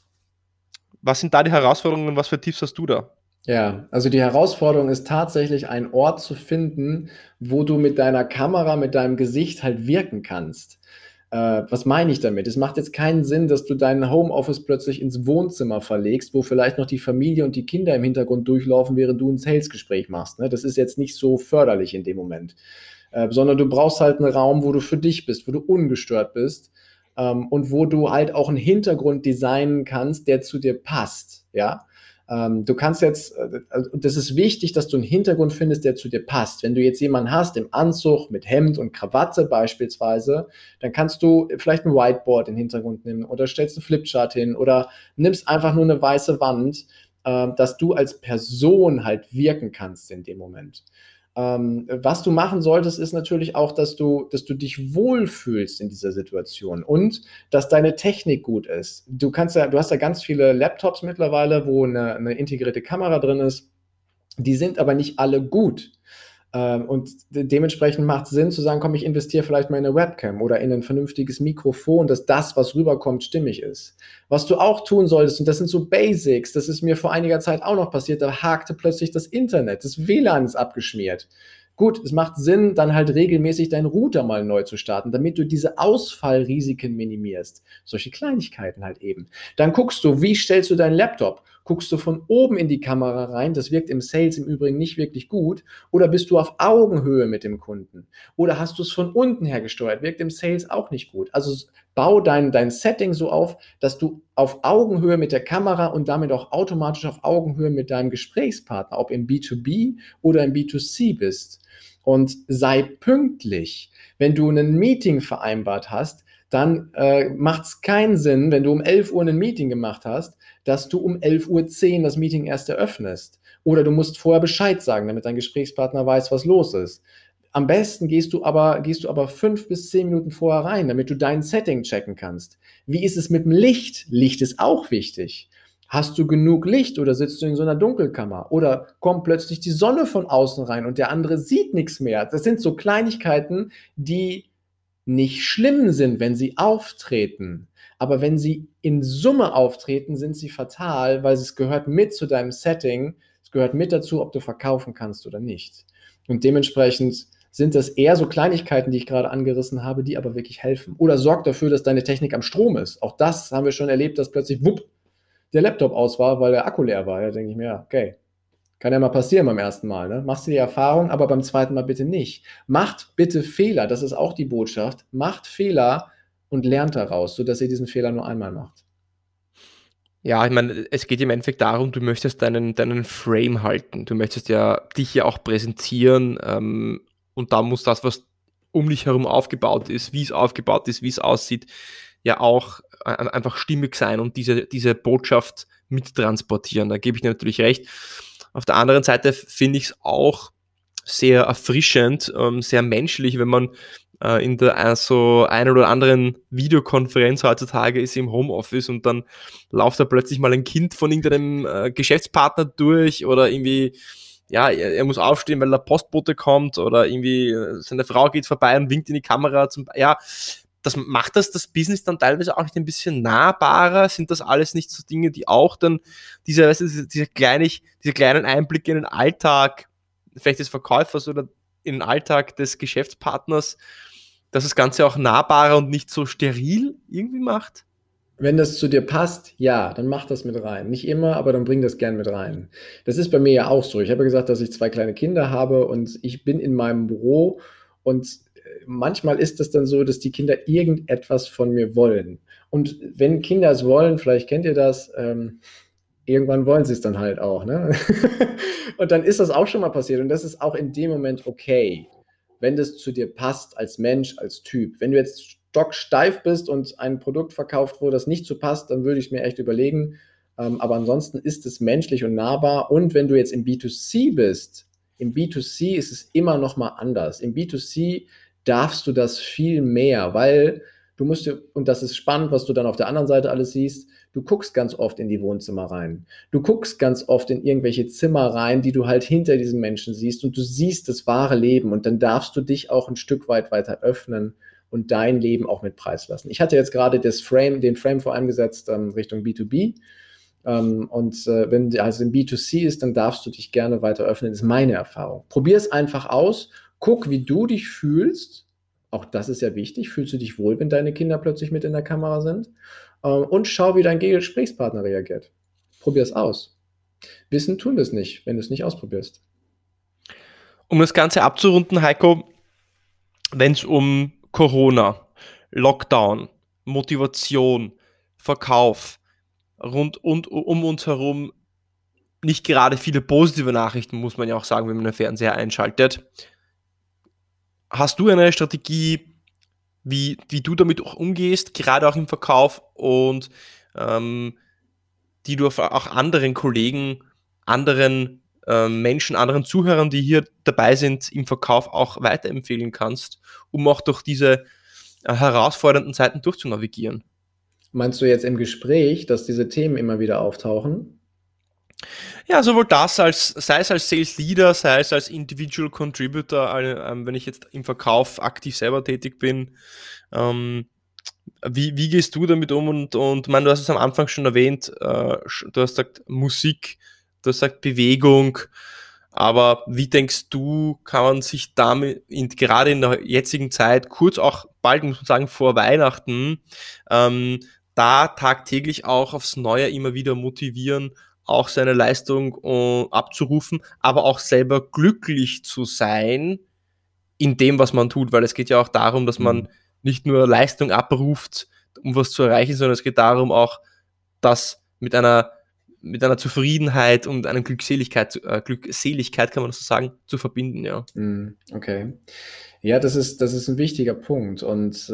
Was sind da die Herausforderungen und was für Tipps hast du da? Ja, also die Herausforderung ist tatsächlich, einen Ort zu finden, wo du mit deiner Kamera, mit deinem Gesicht halt wirken kannst. Was meine ich damit? Es macht jetzt keinen Sinn, dass du dein Homeoffice plötzlich ins Wohnzimmer verlegst, wo vielleicht noch die Familie und die Kinder im Hintergrund durchlaufen, während du ein Sales-Gespräch machst. Ne? Das ist jetzt nicht so förderlich in dem Moment. Sondern du brauchst halt einen Raum, wo du für dich bist, wo du ungestört bist und wo du halt auch einen Hintergrund designen kannst, der zu dir passt. Ja. Du kannst jetzt, das ist wichtig, dass du einen Hintergrund findest, der zu dir passt. Wenn du jetzt jemanden hast im Anzug mit Hemd und Krawatte beispielsweise, dann kannst du vielleicht ein Whiteboard in den Hintergrund nehmen oder stellst einen Flipchart hin oder nimmst einfach nur eine weiße Wand, dass du als Person halt wirken kannst in dem Moment. Was du machen solltest, ist natürlich auch, dass du dich wohlfühlst in dieser Situation und dass deine Technik gut ist. Du hast ja ganz viele Laptops mittlerweile, wo eine integrierte Kamera drin ist. Die sind aber nicht alle gut. Und dementsprechend macht es Sinn zu sagen, komm, ich investiere vielleicht mal in eine Webcam oder in ein vernünftiges Mikrofon, dass das, was rüberkommt, stimmig ist. Was du auch tun solltest, und das sind so Basics, das ist mir vor einiger Zeit auch noch passiert, da hakte plötzlich das Internet, das WLAN ist abgeschmiert. Gut, es macht Sinn, dann halt regelmäßig deinen Router mal neu zu starten, damit du diese Ausfallrisiken minimierst. Solche Kleinigkeiten halt eben. Dann guckst du, wie stellst du deinen Laptop Guckst du von oben in die Kamera rein? Das wirkt im Sales im Übrigen nicht wirklich gut. Oder bist du auf Augenhöhe mit dem Kunden? Oder hast du es von unten her gesteuert? Wirkt im Sales auch nicht gut. Also bau dein Setting so auf, dass du auf Augenhöhe mit der Kamera und damit auch automatisch auf Augenhöhe mit deinem Gesprächspartner, ob im B2B oder im B2C bist. Und sei pünktlich. Wenn du ein Meeting vereinbart hast, dann macht es keinen Sinn, wenn du um 11 Uhr ein Meeting gemacht hast, dass du um 11:10 Uhr das Meeting erst eröffnest. Oder du musst vorher Bescheid sagen, damit dein Gesprächspartner weiß, was los ist. Am besten gehst du aber 5 bis 10 Minuten vorher rein, damit du dein Setting checken kannst. Wie ist es mit dem Licht? Licht ist auch wichtig. Hast du genug Licht oder sitzt du in so einer Dunkelkammer? Oder kommt plötzlich die Sonne von außen rein und der andere sieht nichts mehr? Das sind so Kleinigkeiten, die nicht schlimm sind, wenn sie auftreten. Aber wenn sie in Summe auftreten, sind sie fatal, weil es gehört mit zu deinem Setting. Es gehört mit dazu, ob du verkaufen kannst oder nicht. Und dementsprechend sind das eher so Kleinigkeiten, die ich gerade angerissen habe, die aber wirklich helfen. Oder sorg dafür, dass deine Technik am Strom ist. Auch das haben wir schon erlebt, dass plötzlich wupp, der Laptop aus war, weil der Akku leer war. Da denke ich mir, ja, okay, kann ja mal passieren beim ersten Mal. Ne? Machst du die Erfahrung, aber beim zweiten Mal bitte nicht. Macht bitte Fehler, das ist auch die Botschaft. Macht Fehler und lernt daraus, sodass ihr diesen Fehler nur einmal macht. Ja, ich meine, es geht im Endeffekt darum, du möchtest deinen Frame halten. Du möchtest ja dich ja auch präsentieren, und da muss das, was um dich herum aufgebaut ist, wie es aufgebaut ist, wie es aussieht, ja auch einfach stimmig sein und diese Botschaft mittransportieren. Da gebe ich dir natürlich recht. Auf der anderen Seite finde ich es auch sehr erfrischend, sehr menschlich, wenn man in der so einen oder anderen Videokonferenz heutzutage ist im Homeoffice und dann läuft da plötzlich mal ein Kind von irgendeinem Geschäftspartner durch oder irgendwie, ja, er muss aufstehen, weil der Postbote kommt oder irgendwie seine Frau geht vorbei und winkt in die Kamera. Ja, das macht das Business dann teilweise auch nicht ein bisschen nahbarer? Sind das alles nicht so Dinge, die auch dann diese kleinen Einblicke in den Alltag, vielleicht des Verkäufers oder in den Alltag des Geschäftspartners, dass das Ganze auch nahbarer und nicht so steril irgendwie macht? Wenn das zu dir passt, ja, dann mach das mit rein. Nicht immer, aber dann bring das gern mit rein. Das ist bei mir ja auch so. Ich habe ja gesagt, dass ich 2 kleine Kinder habe und ich bin in meinem Büro und manchmal ist es dann so, dass die Kinder irgendetwas von mir wollen. Und wenn Kinder es wollen, vielleicht kennt ihr das, irgendwann wollen sie es dann halt auch, ne? Und dann ist das auch schon mal passiert und das ist auch in dem Moment okay, wenn das zu dir passt als Mensch, als Typ. Wenn du jetzt stocksteif bist und ein Produkt verkauft, wo das nicht so passt, dann würde ich es mir echt überlegen. Aber ansonsten ist es menschlich und nahbar. Und wenn du jetzt im B2C bist, im B2C ist es immer noch mal anders. Im B2C darfst du das viel mehr, weil du musst, und das ist spannend, was du dann auf der anderen Seite alles siehst, du guckst ganz oft in die Wohnzimmer rein. Du guckst ganz oft in irgendwelche Zimmer rein, die du halt hinter diesen Menschen siehst und du siehst das wahre Leben und dann darfst du dich auch ein Stück weit weiter öffnen und dein Leben auch mit Preis lassen. Ich hatte jetzt gerade den Frame vor allem gesetzt Richtung B2B. Wenn also im B2C ist, dann darfst du dich gerne weiter öffnen, ist meine Erfahrung. Probier es einfach aus, guck, wie du dich fühlst. Auch das ist ja wichtig. Fühlst du dich wohl, wenn deine Kinder plötzlich mit in der Kamera sind? Und schau, wie dein Gesprächspartner reagiert. Probier es aus. Wissen tun wir es nicht, wenn du es nicht ausprobierst. Um das Ganze abzurunden, Heiko, wenn es um Corona, Lockdown, Motivation, Verkauf rund und um uns herum nicht gerade viele positive Nachrichten, muss man ja auch sagen, wenn man den Fernseher einschaltet. Hast du eine Strategie, wie du damit auch umgehst, gerade auch im Verkauf und die du auch anderen Kollegen, anderen Menschen, anderen Zuhörern, die hier dabei sind, im Verkauf auch weiterempfehlen kannst, um auch durch diese herausfordernden Zeiten durchzunavigieren? Meinst du jetzt im Gespräch, dass diese Themen immer wieder auftauchen? Ja, sowohl das, sei es als Sales Leader, sei es als Individual Contributor, wenn ich jetzt im Verkauf aktiv selber tätig bin. Wie gehst du damit um? Und man, du hast es am Anfang schon erwähnt, du hast gesagt Musik, du hast gesagt Bewegung, aber wie denkst du, kann man sich damit gerade in der jetzigen Zeit, kurz auch bald, muss man sagen, vor Weihnachten, da tagtäglich auch aufs Neue immer wieder motivieren, auch seine Leistung abzurufen, aber auch selber glücklich zu sein in dem, was man tut, weil es geht ja auch darum, dass man nicht nur Leistung abruft, um was zu erreichen, sondern es geht darum auch, das mit einer Zufriedenheit und einer Glückseligkeit kann man das so sagen, zu verbinden, ja. Okay. Ja, das ist ein wichtiger Punkt und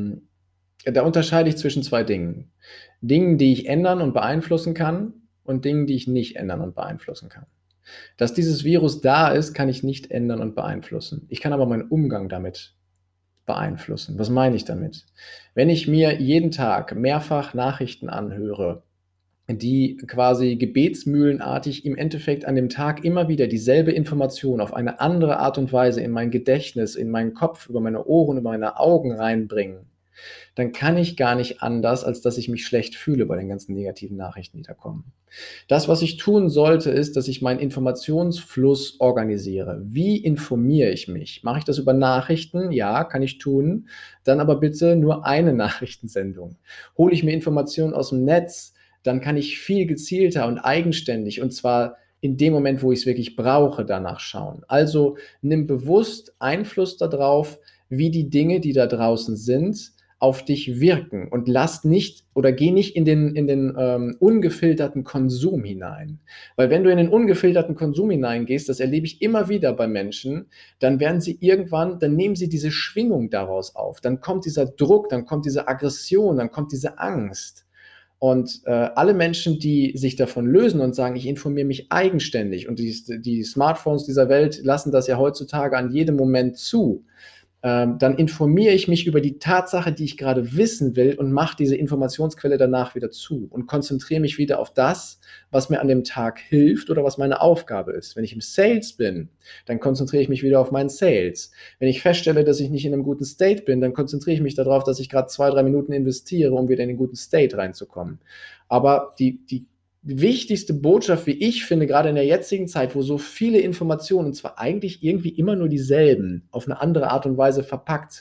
da unterscheide ich zwischen zwei Dingen. Dingen, die ich ändern und beeinflussen kann und Dingen, die ich nicht ändern und beeinflussen kann. Dass dieses Virus da ist, kann ich nicht ändern und beeinflussen. Ich kann aber meinen Umgang damit beeinflussen. Was meine ich damit? Wenn ich mir jeden Tag mehrfach Nachrichten anhöre, die quasi gebetsmühlenartig im Endeffekt an dem Tag immer wieder dieselbe Information auf eine andere Art und Weise in mein Gedächtnis, in meinen Kopf, über meine Ohren, über meine Augen reinbringen, dann kann ich gar nicht anders, als dass ich mich schlecht fühle bei den ganzen negativen Nachrichten, die da kommen. Das, was ich tun sollte, ist, dass ich meinen Informationsfluss organisiere. Wie informiere ich mich? Mache ich das über Nachrichten? Ja, kann ich tun. Dann aber bitte nur eine Nachrichtensendung. Hole ich mir Informationen aus dem Netz, dann kann ich viel gezielter und eigenständig, und zwar in dem Moment, wo ich es wirklich brauche, danach schauen. Also nimm bewusst Einfluss darauf, wie die Dinge, die da draußen sind, auf dich wirken, und lass nicht oder geh nicht in den ungefilterten Konsum hinein. Weil wenn du in den ungefilterten Konsum hineingehst, das erlebe ich immer wieder bei Menschen, dann werden sie irgendwann, dann nehmen sie diese Schwingung daraus auf. Dann kommt dieser Druck, dann kommt diese Aggression, dann kommt diese Angst. Und alle Menschen, die sich davon lösen und sagen, ich informiere mich eigenständig, und die Smartphones dieser Welt lassen das ja heutzutage an jedem Moment zu, dann informiere ich mich über die Tatsache, die ich gerade wissen will, und mache diese Informationsquelle danach wieder zu und konzentriere mich wieder auf das, was mir an dem Tag hilft oder was meine Aufgabe ist. Wenn ich im Sales bin, dann konzentriere ich mich wieder auf meinen Sales. Wenn ich feststelle, dass ich nicht in einem guten State bin, dann konzentriere ich mich darauf, dass ich gerade 2-3 Minuten investiere, um wieder in den guten State reinzukommen. Aber die wichtigste Botschaft, wie ich finde, gerade in der jetzigen Zeit, wo so viele Informationen, und zwar eigentlich irgendwie immer nur dieselben, auf eine andere Art und Weise verpackt,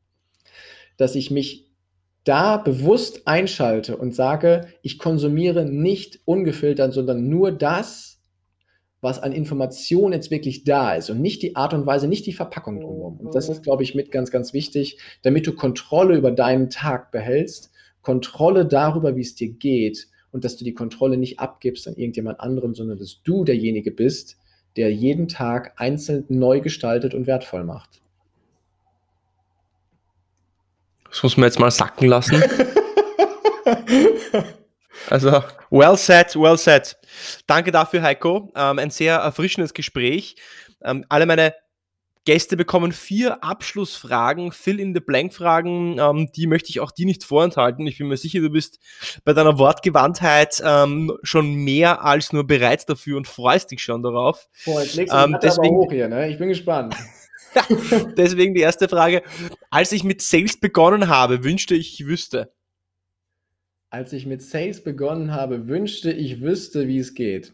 dass ich mich da bewusst einschalte und sage, ich konsumiere nicht ungefiltert, sondern nur das, was an Information jetzt wirklich da ist, und nicht die Art und Weise, nicht die Verpackung drumherum. Und das ist, glaube ich, mit ganz, ganz wichtig, damit du Kontrolle über deinen Tag behältst, Kontrolle darüber, wie es dir geht, und dass du die Kontrolle nicht abgibst an irgendjemand anderen, sondern dass du derjenige bist, der jeden Tag einzeln neu gestaltet und wertvoll macht. Das muss man jetzt mal sacken lassen. Also, well said, well said. Danke dafür, Heiko. Ein sehr erfrischendes Gespräch. Alle meine Gäste bekommen 4 Abschlussfragen, Fill-in-the-Blank-Fragen, die möchte ich auch dir nicht vorenthalten. Ich bin mir sicher, du bist bei deiner Wortgewandtheit schon mehr als nur bereit dafür und freust dich schon darauf. Boah, jetzt legst du die Latte aber hoch hier, ne? Ich bin gespannt. Deswegen die erste Frage. Als ich mit Sales begonnen habe, wünschte ich wüsste. Als ich mit Sales begonnen habe, wünschte ich wüsste, wie es geht.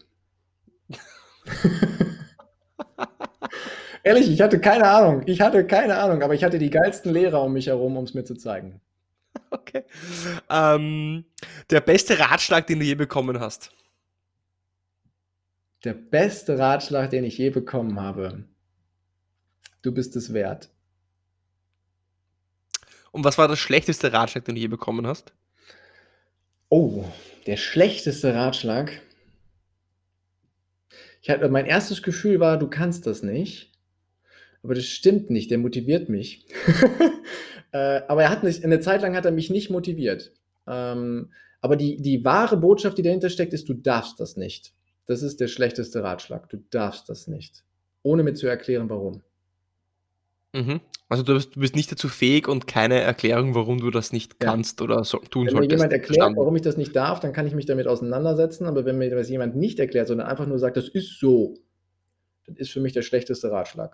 Ehrlich, ich hatte keine Ahnung. Aber ich hatte die geilsten Lehrer um mich herum, um es mir zu zeigen. Okay. Der beste Ratschlag, den du je bekommen hast? Der beste Ratschlag, den ich je bekommen habe. Du bist es wert. Und was war der schlechteste Ratschlag, den du je bekommen hast? Oh, der schlechteste Ratschlag. Mein erstes Gefühl war, du kannst das nicht. Aber das stimmt nicht, der motiviert mich. Aber eine Zeit lang hat er mich nicht motiviert. Aber die wahre Botschaft, die dahinter steckt, ist, du darfst das nicht. Das ist der schlechteste Ratschlag. Du darfst das nicht. Ohne mir zu erklären, warum. Mhm. Also du bist nicht dazu fähig und keine Erklärung, warum du das nicht kannst oder tun Wenn solltest. mir jemand erklärt, Verstanden. warum ich das nicht darf, dann kann ich mich damit auseinandersetzen. Aber wenn mir das jemand nicht erklärt, sondern einfach nur sagt, das ist so, das ist für mich der schlechteste Ratschlag.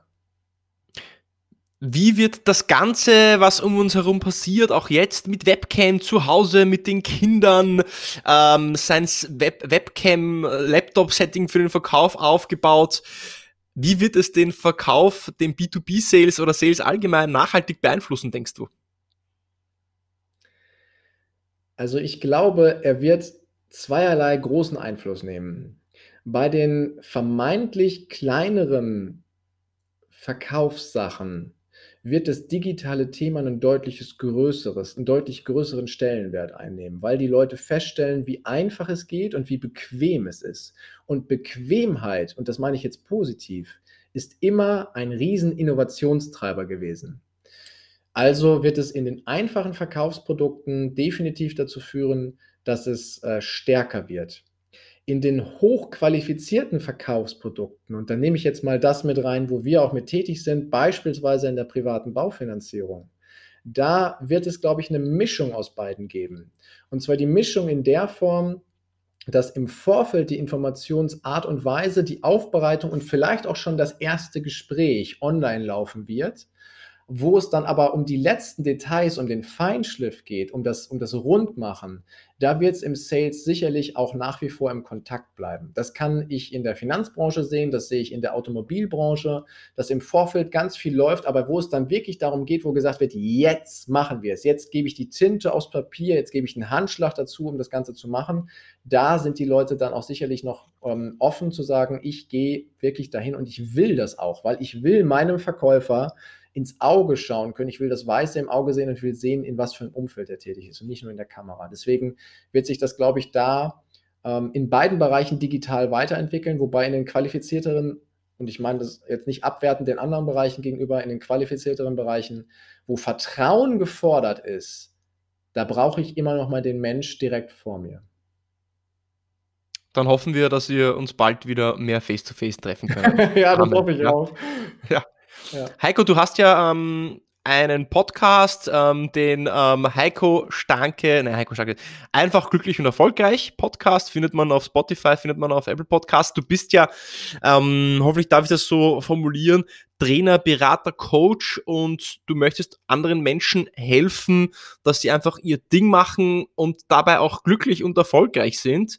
Wie wird das Ganze, was um uns herum passiert, auch jetzt mit Webcam zu Hause, mit den Kindern, sein Webcam-Laptop-Setting für den Verkauf aufgebaut? Wie wird es den Verkauf, den B2B-Sales oder Sales allgemein nachhaltig beeinflussen, denkst du? Also ich glaube, er wird zweierlei großen Einfluss nehmen. Bei den vermeintlich kleineren Verkaufssachen wird das digitale Thema einen deutlich größeren Stellenwert einnehmen, weil die Leute feststellen, wie einfach es geht und wie bequem es ist. Und Bequemheit, und das meine ich jetzt positiv, ist immer ein riesen Innovationstreiber gewesen. Also wird es in den einfachen Verkaufsprodukten definitiv dazu führen, dass es stärker wird. In den hochqualifizierten Verkaufsprodukten, und dann nehme ich jetzt mal das mit rein, wo wir auch mit tätig sind, beispielsweise in der privaten Baufinanzierung, da wird es, glaube ich, eine Mischung aus beiden geben. Und zwar die Mischung in der Form, dass im Vorfeld die Informationsart und Weise, die Aufbereitung und vielleicht auch schon das erste Gespräch online laufen wird, wo es dann aber um die letzten Details, um den Feinschliff geht, um das Rundmachen, da wird es im Sales sicherlich auch nach wie vor im Kontakt bleiben. Das kann ich in der Finanzbranche sehen, das sehe ich in der Automobilbranche, dass im Vorfeld ganz viel läuft, aber wo es dann wirklich darum geht, wo gesagt wird, jetzt machen wir es, jetzt gebe ich die Tinte aufs Papier, jetzt gebe ich einen Handschlag dazu, um das Ganze zu machen, da sind die Leute dann auch sicherlich noch offen zu sagen, ich gehe wirklich dahin und ich will das auch, weil ich will meinem Verkäufer ins Auge schauen können. Ich will das Weiße im Auge sehen und ich will sehen, in was für ein Umfeld er tätig ist und nicht nur in der Kamera. Deswegen wird sich das, glaube ich, da in beiden Bereichen digital weiterentwickeln, wobei in den qualifizierteren, und ich meine das jetzt nicht abwertend den anderen Bereichen gegenüber, in den qualifizierteren Bereichen, wo Vertrauen gefordert ist, da brauche ich immer noch mal den Mensch direkt vor mir. Dann hoffen wir, dass wir uns bald wieder mehr face-to-face treffen können. Ja, das hoffe ich auch. Ja. Heiko, du hast ja einen Podcast, den Heiko Stanke, einfach glücklich und erfolgreich Podcast, findet man auf Spotify, findet man auf Apple Podcasts. Du bist ja, hoffentlich darf ich das so formulieren, Trainer, Berater, Coach, und du möchtest anderen Menschen helfen, dass sie einfach ihr Ding machen und dabei auch glücklich und erfolgreich sind.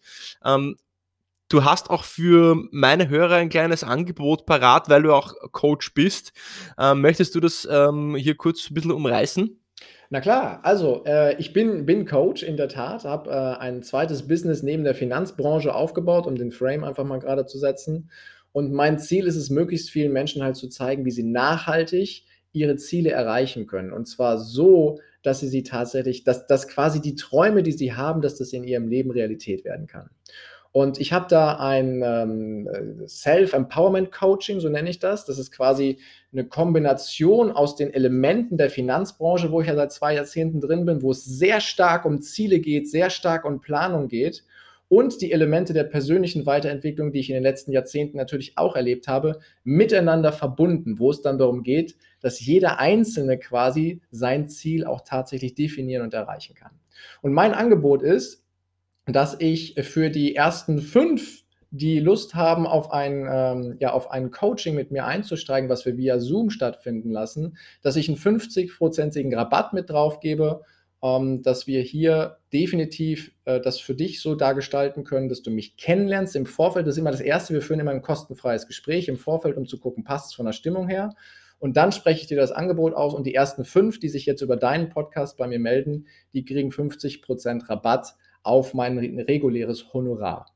Du hast auch für meine Hörer ein kleines Angebot parat, weil du auch Coach bist. Möchtest du das hier kurz ein bisschen umreißen? Na klar, also ich bin Coach in der Tat, habe ein zweites Business neben der Finanzbranche aufgebaut, um den Frame einfach mal gerade zu setzen. Und mein Ziel ist es, möglichst vielen Menschen halt zu zeigen, wie sie nachhaltig ihre Ziele erreichen können. Und zwar so, dass sie tatsächlich, dass quasi die Träume, die sie haben, dass das in ihrem Leben Realität werden kann. Und ich habe da ein Self-Empowerment-Coaching, so nenne ich das. Das ist quasi eine Kombination aus den Elementen der Finanzbranche, wo ich ja seit 2 Jahrzehnten drin bin, wo es sehr stark um Ziele geht, sehr stark um Planung geht, und die Elemente der persönlichen Weiterentwicklung, die ich in den letzten Jahrzehnten natürlich auch erlebt habe, miteinander verbunden, wo es dann darum geht, dass jeder Einzelne quasi sein Ziel auch tatsächlich definieren und erreichen kann. Und mein Angebot ist, dass ich für die ersten 5, die Lust haben, auf ein Coaching mit mir einzusteigen, was wir via Zoom stattfinden lassen, dass ich einen 50-prozentigen Rabatt mit drauf gebe, dass wir hier definitiv das für dich so dargestalten können, dass du mich kennenlernst. Im Vorfeld, das ist immer das Erste, wir führen immer ein kostenfreies Gespräch im Vorfeld, um zu gucken, passt es von der Stimmung her. Und dann spreche ich dir das Angebot aus, und die ersten 5, die sich jetzt über deinen Podcast bei mir melden, die kriegen 50% Rabatt auf mein reguläres Honorar.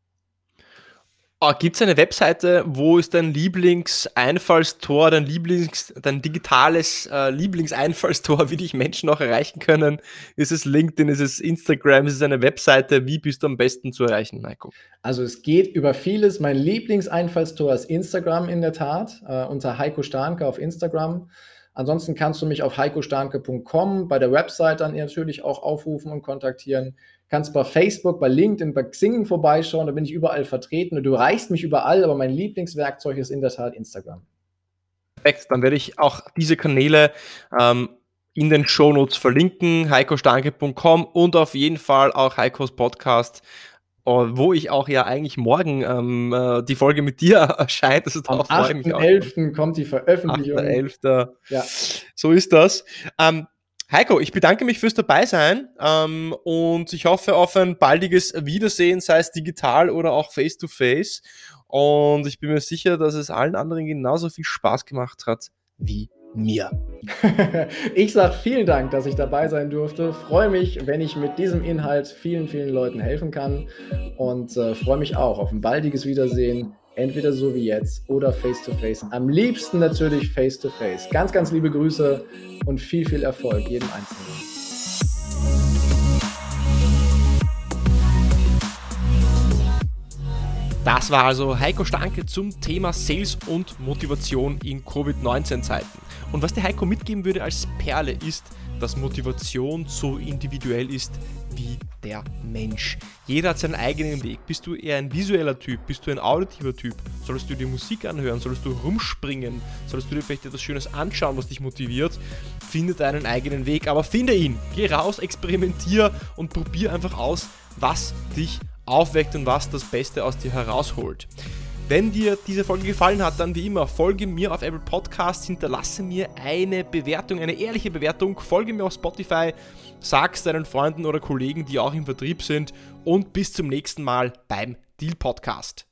Gibt es eine Webseite, wo ist dein Lieblingseinfallstor, dein digitales Lieblingseinfallstor, wie dich Menschen auch erreichen können? Ist es LinkedIn, ist es Instagram, ist es eine Webseite? Wie bist du am besten zu erreichen, Heiko? Also es geht über vieles. Mein Lieblingseinfallstor ist Instagram in der Tat, unter Heiko Starnke auf Instagram. Ansonsten kannst du mich auf heikostarnke.com bei der Website dann natürlich auch aufrufen und kontaktieren. Kannst bei Facebook, bei LinkedIn, bei Xing vorbeischauen, da bin ich überall vertreten und du erreichst mich überall, aber mein Lieblingswerkzeug ist in der Tat Instagram. Perfekt, dann werde ich auch diese Kanäle in den Shownotes verlinken, heikostarnke.com, und auf jeden Fall auch Heikos Podcast, wo ich auch ja eigentlich morgen die Folge mit dir erscheint. Also am 8.11. kommt die Veröffentlichung. 8.11. Ja. So ist das. Heiko, ich bedanke mich fürs Dabeisein und ich hoffe auf ein baldiges Wiedersehen, sei es digital oder auch face-to-face. Und ich bin mir sicher, dass es allen anderen genauso viel Spaß gemacht hat wie mir. Ich sage vielen Dank, dass ich dabei sein durfte. Freue mich, wenn ich mit diesem Inhalt vielen, vielen Leuten helfen kann und freue mich auch auf ein baldiges Wiedersehen, entweder so wie jetzt oder face-to-face. Am liebsten natürlich face-to-face. Ganz, ganz liebe Grüße und viel, viel Erfolg jedem Einzelnen. Das war also Heiko Stanke zum Thema Sales und Motivation in Covid-19-Zeiten. Und was der Heiko mitgeben würde als Perle ist, dass Motivation so individuell ist wie der Mensch. Jeder hat seinen eigenen Weg. Bist du eher ein visueller Typ? Bist du ein auditiver Typ? Solltest du dir Musik anhören? Solltest du rumspringen? Solltest du dir vielleicht etwas Schönes anschauen, was dich motiviert? Finde deinen eigenen Weg, aber finde ihn. Geh raus, experimentier und probier einfach aus, was dich aufweckt und was das Beste aus dir herausholt. Wenn dir diese Folge gefallen hat, dann wie immer, folge mir auf Apple Podcasts, hinterlasse mir eine Bewertung, eine ehrliche Bewertung, folge mir auf Spotify, sag's deinen Freunden oder Kollegen, die auch im Vertrieb sind und bis zum nächsten Mal beim Deal Podcast.